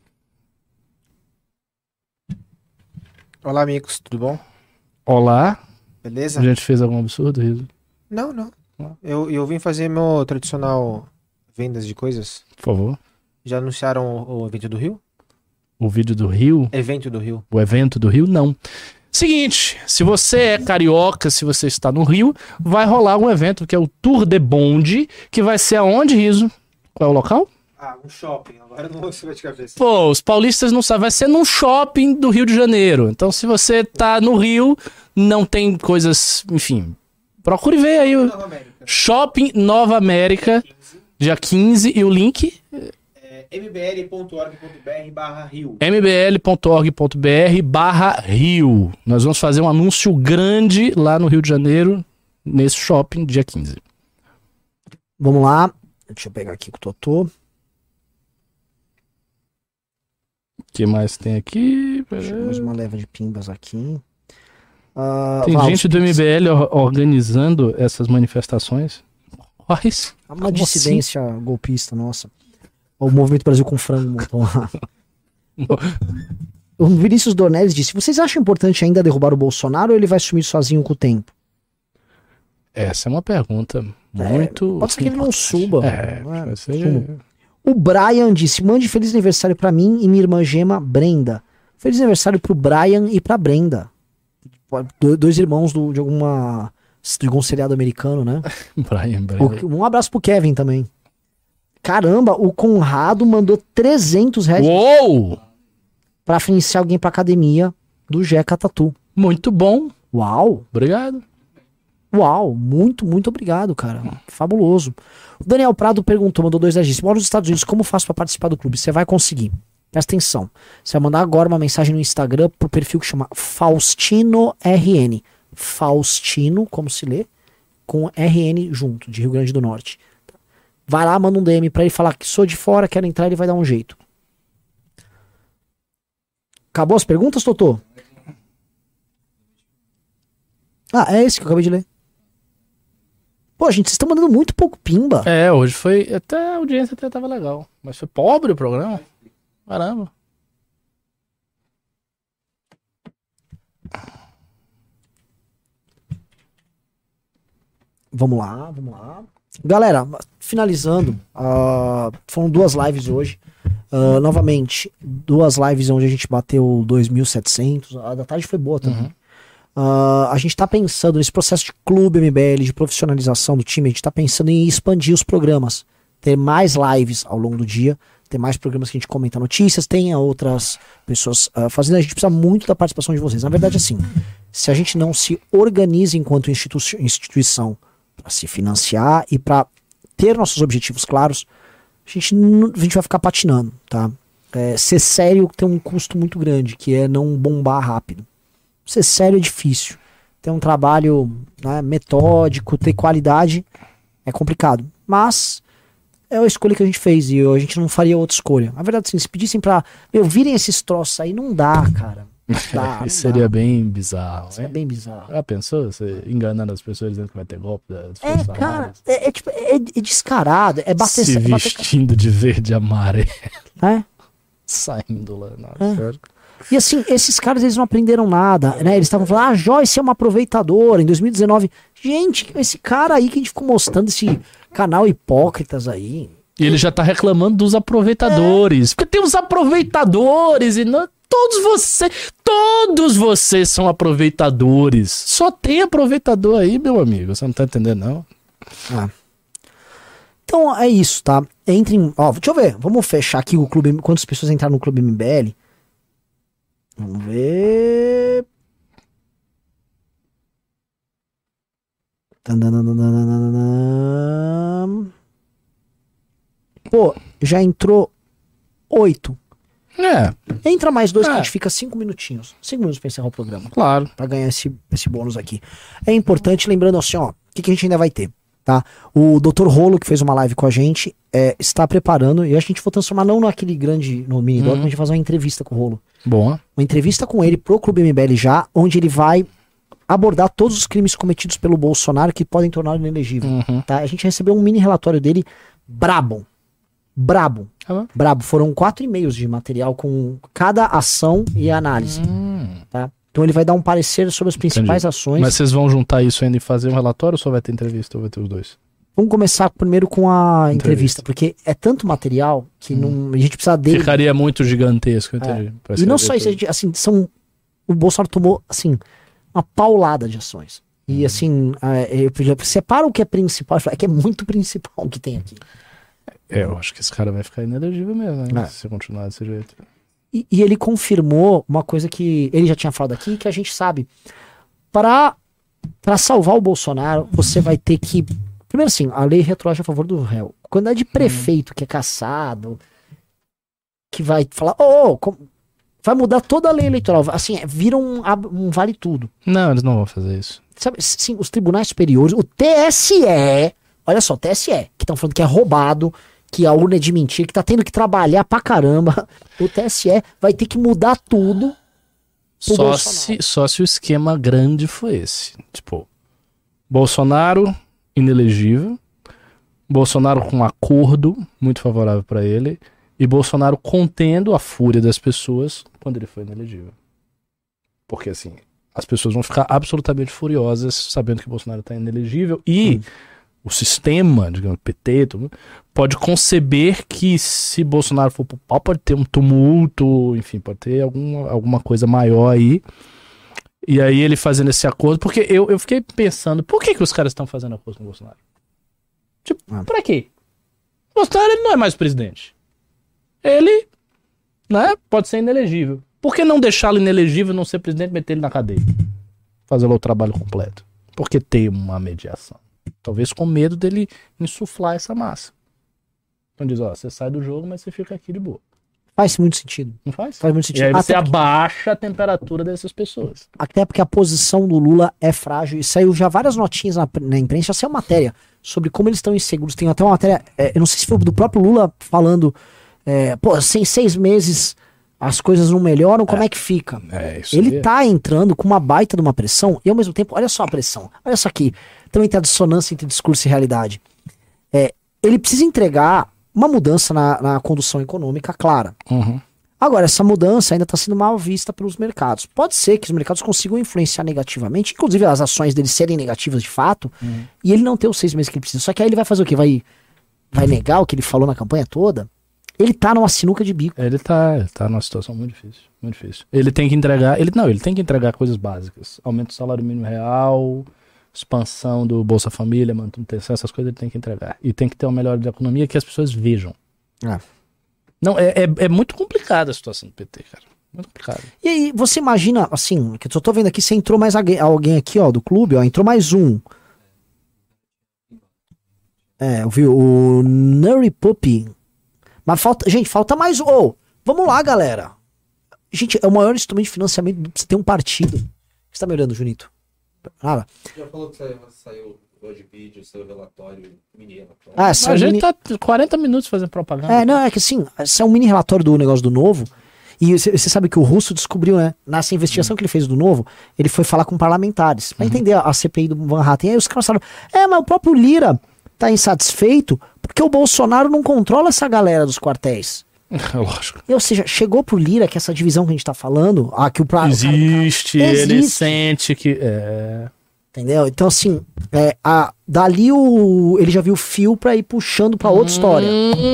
Olá, amigos, tudo bom? Olá, Beleza? a gente fez algum absurdo, Riso? Não, não. Ah. Eu, eu vim fazer meu tradicional vendas de coisas. Por favor. Já anunciaram o, o evento do Rio? O vídeo do Rio, Evento do Rio. o evento do Rio, não. Seguinte, se você é carioca, se você está no Rio, vai rolar um evento que é o Tour de Bonde, que vai ser aonde, Riso? Qual é o local? Ah, um shopping. Agora não vou saber de cabeça. Pô, os paulistas não sabem, vai ser num shopping do Rio de Janeiro. Então, se você tá no Rio, não tem coisas, enfim, procure ver aí o Nova América. Shopping Nova América, dia quinze, e o link É m b l ponto org ponto b r barra Rio. m b l ponto org ponto b r barra Rio. Nós vamos fazer um anúncio grande lá no Rio de Janeiro, nesse shopping, dia quinze. Vamos lá. Deixa eu pegar aqui com o Totô. O que mais tem aqui? Deixa eu mais uma leva de pimbas aqui. Ah, Tem lá, gente os do pix- M B L or- organizando essas manifestações. Quais? Uma Como dissidência golpista, nossa. O Movimento Brasil com Frango montou lá. O Vinícius Dornelles disse: vocês acham importante ainda derrubar o Bolsonaro ou ele vai sumir sozinho com o tempo? Essa é uma pergunta muito. Pode ser que ele não suba. É, Não é? vai ser- Suma. O Brian disse: mande feliz aniversário pra mim e minha irmã gema Brenda. Feliz aniversário pro Brian e pra Brenda. Do- dois irmãos do- de alguma. de algum seriado americano, né? Brian, Brian. O- um abraço pro Kevin também. Caramba, o Conrado mandou trezentos reais Uou! pra financiar alguém pra academia do Jeca Tatu. Muito bom. Uau! Obrigado. Uau, muito, muito obrigado, cara. Fabuloso. O Daniel Prado perguntou, mandou dois reais. Moro nos Estados Unidos, como faço pra participar do clube? Você vai conseguir. Presta atenção. Você vai mandar agora uma mensagem no Instagram pro perfil que chama Faustino R N. Faustino, como se lê, com R N junto, de Rio Grande do Norte. Vai lá, manda um D M pra ele falar que sou de fora, quero entrar, ele vai dar um jeito. Acabou as perguntas, Totô? Ah, é esse que eu acabei de ler. Pô, gente, vocês estão mandando muito pouco pimba. É, hoje foi. Até a audiência até tava legal. Mas foi pobre o programa. Caramba. Vamos lá, vamos lá. Galera, finalizando, ah, foram duas lives hoje. Ah, novamente, duas lives onde a gente bateu dois mil e setecentos. A da tarde foi boa também. Uhum. Ah, a gente tá pensando nesse processo de clube M B L, de profissionalização do time, a gente tá pensando em expandir os programas, ter mais lives ao longo do dia, ter mais programas que a gente comenta notícias, tenha outras pessoas ah, fazendo. A gente precisa muito da participação de vocês. Na verdade, assim, se a gente não se organiza enquanto institu- instituição para se financiar e para ter nossos objetivos claros, a gente, não- a gente vai ficar patinando, tá? É, ser sério tem um custo muito grande, que é não bombar rápido. Ser sério é difícil. Ter um trabalho, né, metódico, ter qualidade é complicado. Mas é a escolha que a gente fez e a gente não faria outra escolha. Na verdade, assim, se pedissem pra meu, virem esses troços aí, não dá, cara. Não dá, não Isso seria dá. bem bizarro. Isso é hein? bem bizarro. Já pensou? Você enganando as pessoas dizendo que vai ter golpe das É, Forças cara, Armadas? é, é, tipo, é, é descarado, é bater... Se é bater vestindo de verde e amarelo, é? saindo lá. Nossa, É. senhora. E assim, esses caras, eles não aprenderam nada, né? Eles estavam falando, ah, a Joyce é uma aproveitadora, em dois mil e dezenove. Gente, esse cara aí que a gente ficou mostrando, esse canal Hipócritas aí. E ele já tá reclamando dos aproveitadores. É. Porque tem os aproveitadores e não... Todos vocês, todos vocês são aproveitadores. Só tem aproveitador aí, meu amigo. Você não tá entendendo, não? Ah. Então é isso, tá? Entrem. Ó, deixa eu ver. Vamos fechar aqui o clube. Quantas pessoas entraram no Clube M B L? Vamos ver. Pô, já entrou oito. É. Entra mais dois, é. que a gente fica cinco minutinhos. Cinco minutos pra encerrar o programa. Claro. Pra ganhar esse, esse bônus aqui. É importante, lembrando assim, ó, o que, que a gente ainda vai ter, tá? O doutor Rolo, que fez uma live com a gente, é, está preparando, e a gente vai transformar não naquele grande, no mini doc, Uhum. mas a gente vai fazer uma entrevista com o Rolo. Boa. Uma entrevista com ele pro Clube M B L já, onde ele vai abordar todos os crimes cometidos pelo Bolsonaro que podem torná-lo inelegível, Uhum. tá? A gente recebeu um mini relatório dele brabo. Brabo. Tá Brabo. Foram quatro e-mails de material com cada ação e análise, Hum. tá? Então ele vai dar um parecer sobre as principais Entendi. ações. Mas vocês vão juntar isso ainda e fazer um relatório ou só vai ter entrevista ou vai ter os dois? Vamos começar primeiro com a Entrevista. entrevista, porque é tanto material que não, a gente precisa dele. Ficaria muito gigantesco, entendi. Pra E não escrever só isso, a tudo. gente, assim, são, o Bolsonaro tomou, assim, uma paulada de ações. Uhum. E assim, é, eu, eu separa o que é principal, é que é muito principal o que tem aqui. É, eu acho que esse cara vai ficar inelegível mesmo, né? É. Se continuar desse jeito. E, e ele confirmou uma coisa que ele já tinha falado aqui, que a gente sabe. Para para salvar o Bolsonaro, você vai ter que... Primeiro assim, a lei retroage a favor do réu. Quantidade de prefeito que é caçado, que vai falar, ô, oh, com- vai mudar toda a lei eleitoral. Assim, é, vira um, ab- um vale tudo. Não, eles não vão fazer isso. Sabe, sim, os tribunais superiores, o T S E, olha só, o T S E, que estão falando que é roubado, que a urna é de mentira, que tá tendo que trabalhar pra caramba. O T S E vai ter que mudar tudo. pro Só Bolsonaro. se, só se o esquema grande foi esse. Tipo, Bolsonaro inelegível, Bolsonaro com um acordo muito favorável pra ele e Bolsonaro contendo a fúria das pessoas quando ele foi inelegível. Porque assim, as pessoas vão ficar absolutamente furiosas sabendo que Bolsonaro tá inelegível e o sistema, digamos, P T, tudo, pode conceber que se Bolsonaro for pro pau, pode ter um tumulto, enfim, pode ter alguma, alguma coisa maior aí. E aí ele fazendo esse acordo, porque eu, eu fiquei pensando, por que que os caras estão fazendo acordo com o Bolsonaro? Tipo, Ah. pra quê? O Bolsonaro, ele não é mais presidente. Ele, né, pode ser inelegível. Por que não deixá-lo inelegível, não ser presidente, meter ele na cadeia? Fazer lá o trabalho completo. Porque tem uma mediação. Talvez com medo dele insuflar essa massa. Então diz, ó, você sai do jogo, mas você fica aqui de boa. Faz muito sentido. Não faz? Faz muito E sentido. aí você Até porque, abaixa a temperatura dessas pessoas. até porque a posição do Lula é frágil. E saiu já várias notinhas na, na imprensa, já saiu matéria sobre como eles estão inseguros. Tem até uma matéria, é, eu não sei se foi do próprio Lula falando, é, pô, sem seis meses as coisas não melhoram, como é, que fica? É, isso Ele aí. tá entrando com uma baita de uma pressão, e ao mesmo tempo, olha só a pressão, olha só aqui, também tem a dissonância entre discurso e realidade. É, ele precisa entregar uma mudança na, na condução econômica clara. Uhum. Agora, essa mudança ainda está sendo mal vista pelos mercados. Pode ser que os mercados consigam influenciar negativamente, inclusive as ações dele serem negativas de fato, Uhum. e ele não ter os seis meses que ele precisa. Só que aí ele vai fazer o quê? Vai, vai negar o que ele falou na campanha toda? Ele tá numa sinuca de bico. Ele tá, ele tá numa situação muito difícil, muito difícil. Ele tem que entregar, ele não, ele tem que entregar coisas básicas. Aumento do salário mínimo real, expansão do Bolsa Família, manutenção, essas coisas ele tem que entregar. E tem que ter uma melhora da economia que as pessoas vejam. É. Não, é, é, é muito complicada a situação do P T, cara. Muito complicado. E aí, você imagina, assim, que eu só tô vendo aqui, você entrou mais alguém, alguém aqui, ó, do clube, ó, entrou mais um. É, viu? O Nuri Puppy. Mas falta, gente, falta mais um. Ô, vamos lá, galera. Gente, é o maior instrumento de financiamento pra você ter um partido. Você tá me olhando, Junito? Nada. Já falou que saiu, saiu hoje vídeo, seu relatório, mini relatório. Ah, A essa gente mini... tá quarenta minutos fazendo propaganda. É, não, é que assim, esse é um mini relatório do negócio do Novo. E você sabe que o Russo descobriu, né? Nessa investigação que ele fez do Novo, ele foi falar com parlamentares pra entender a, a C P I do Van Hatten. E aí os caras falaram, é, mas o próprio Lira tá insatisfeito porque o Bolsonaro não controla essa galera dos quartéis. Lógico. Ou seja, chegou pro Lira que essa divisão que a gente tá falando, ah, que o pra, Existe, o cara, ele existe. sente que. É... Entendeu? Então, assim, é, a, dali o, ele já viu o fio pra ir puxando pra outra história.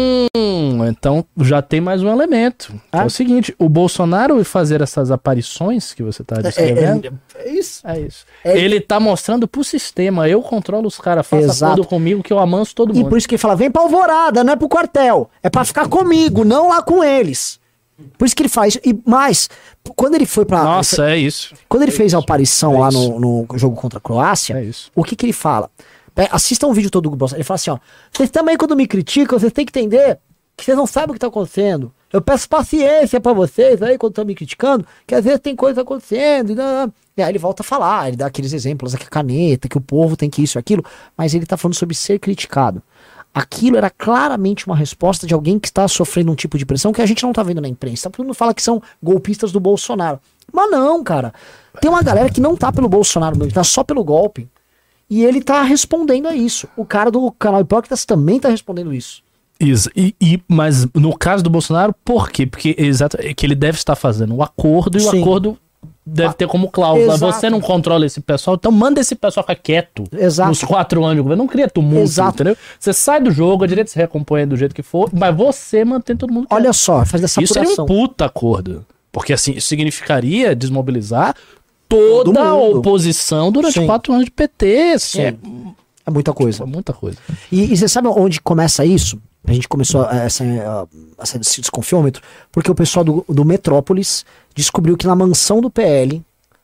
Hum, então já tem mais um elemento. É, Ah? é o seguinte, o Bolsonaro fazer essas aparições que você tá É, descrevendo, é, é isso. é isso. É- Ele tá mostrando pro sistema, eu controlo os caras, faça Exato. acordo comigo que eu amanso todo E mundo. por isso que ele fala, vem pra Alvorada, não é pro quartel. É pra ficar comigo, não lá com eles. Por isso que ele faz. E mais, quando ele foi pra... Nossa, é isso. Quando ele fez a aparição é lá isso. no, no jogo contra a Croácia, É isso. o que que ele fala? É, assista um vídeo todo do Bolsonaro. Ele fala assim, ó, vocês também quando me criticam, vocês têm que entender que vocês não sabem o que tá acontecendo. Eu peço paciência pra vocês aí quando estão me criticando, que às vezes tem coisa acontecendo. E, não, não. E aí ele volta a falar, ele dá aqueles exemplos, aqui a caneta, que o povo tem que isso e aquilo, mas ele tá falando sobre ser criticado. Aquilo era claramente uma resposta de alguém que está sofrendo um tipo de pressão que a gente não tá vendo na imprensa. Todo mundo fala que são golpistas do Bolsonaro. Mas não, cara. Tem uma galera que não tá pelo Bolsonaro, ele tá só pelo golpe. E ele tá respondendo a isso. O cara do canal Hipócritas também tá respondendo isso. Isso. E, e, mas no caso do Bolsonaro, por quê? Porque exato, é que ele deve estar fazendo um acordo e Sim. o acordo deve ter como cláusula. Exato. Você não controla esse pessoal, então manda esse pessoal ficar quieto. Exato. Nos quatro anos de governo. Não cria tumulto, Exato. entendeu? Você sai do jogo, a direita se recompõe do jeito que for, mas você mantém todo mundo quieto. Olha só, faz dessa Isso seria um apuração. puta acordo. Porque assim, isso significaria desmobilizar toda Todo a mundo. oposição durante Sim. quatro anos de P T. Assim, é, É muita coisa. é muita coisa. E, e você sabe onde começa isso? A gente começou a- essa, a- essa- esse desconfiômetro, porque o pessoal do, do Metrópolis descobriu que na mansão do P L,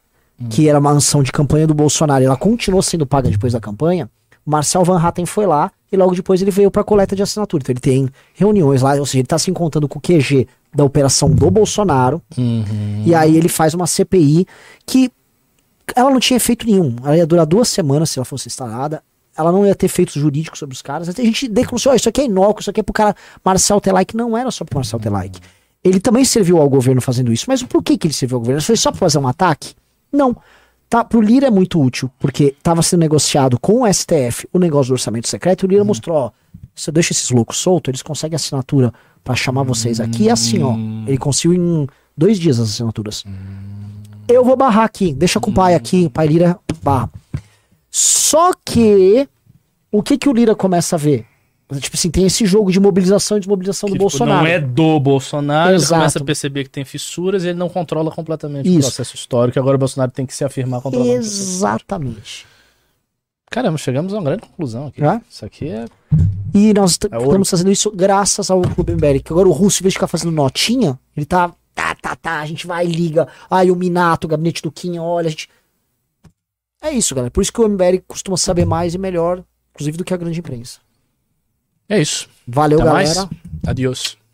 que era a mansão de campanha do Bolsonaro, e ela continuou sendo paga depois da campanha, o Marcel Van Hatten foi lá e logo depois ele veio para coleta de assinatura. Então ele tem reuniões lá, ou seja, ele tá se encontrando com o Q G da operação do Bolsonaro, e aí ele faz uma C P I que ela não tinha efeito nenhum. Ela ia durar duas semanas se ela fosse instalada. Ela não ia ter efeitos jurídicos sobre os caras. A gente denunciou, oh, isso aqui é inócuo, isso aqui é pro cara Marcel Telaic. Não era só pro Marcel Telaic. Ele também serviu ao governo fazendo isso. Mas por que que ele serviu ao governo? Foi só pra fazer um ataque? Não. Tá, pro Lira é muito útil, porque tava sendo negociado com o S T F o negócio do orçamento secreto, e o Lira mostrou, ó, se eu deixo esses loucos soltos, eles conseguem assinatura pra chamar vocês aqui, e assim, ó, ele conseguiu em dois dias as assinaturas. Eu vou barrar aqui, deixa com o pai aqui, o pai Lira barra. Só que, o que que o Lira começa a ver? Tipo assim, tem esse jogo de mobilização e desmobilização Que, do tipo, Bolsonaro. não é do Bolsonaro, ele Exato. começa a perceber que tem fissuras e ele não controla completamente Isso. o processo histórico. Agora o Bolsonaro tem que se afirmar controlando o processo histórico. Exatamente. Caramba, chegamos a uma grande conclusão aqui. É? Isso aqui é... E nós t- É ouro. estamos fazendo isso graças ao Clube M B L. Que agora o Russo, em vez de ficar fazendo notinha, ele tá. Tá, tá, tá. A gente vai e liga. Ai, o Minato, o gabinete do Quinha, olha, a gente. É isso, galera. Por isso que o M B L costuma saber mais e melhor, inclusive, do que a grande imprensa. É isso. Valeu, Até galera. mais. Adiós.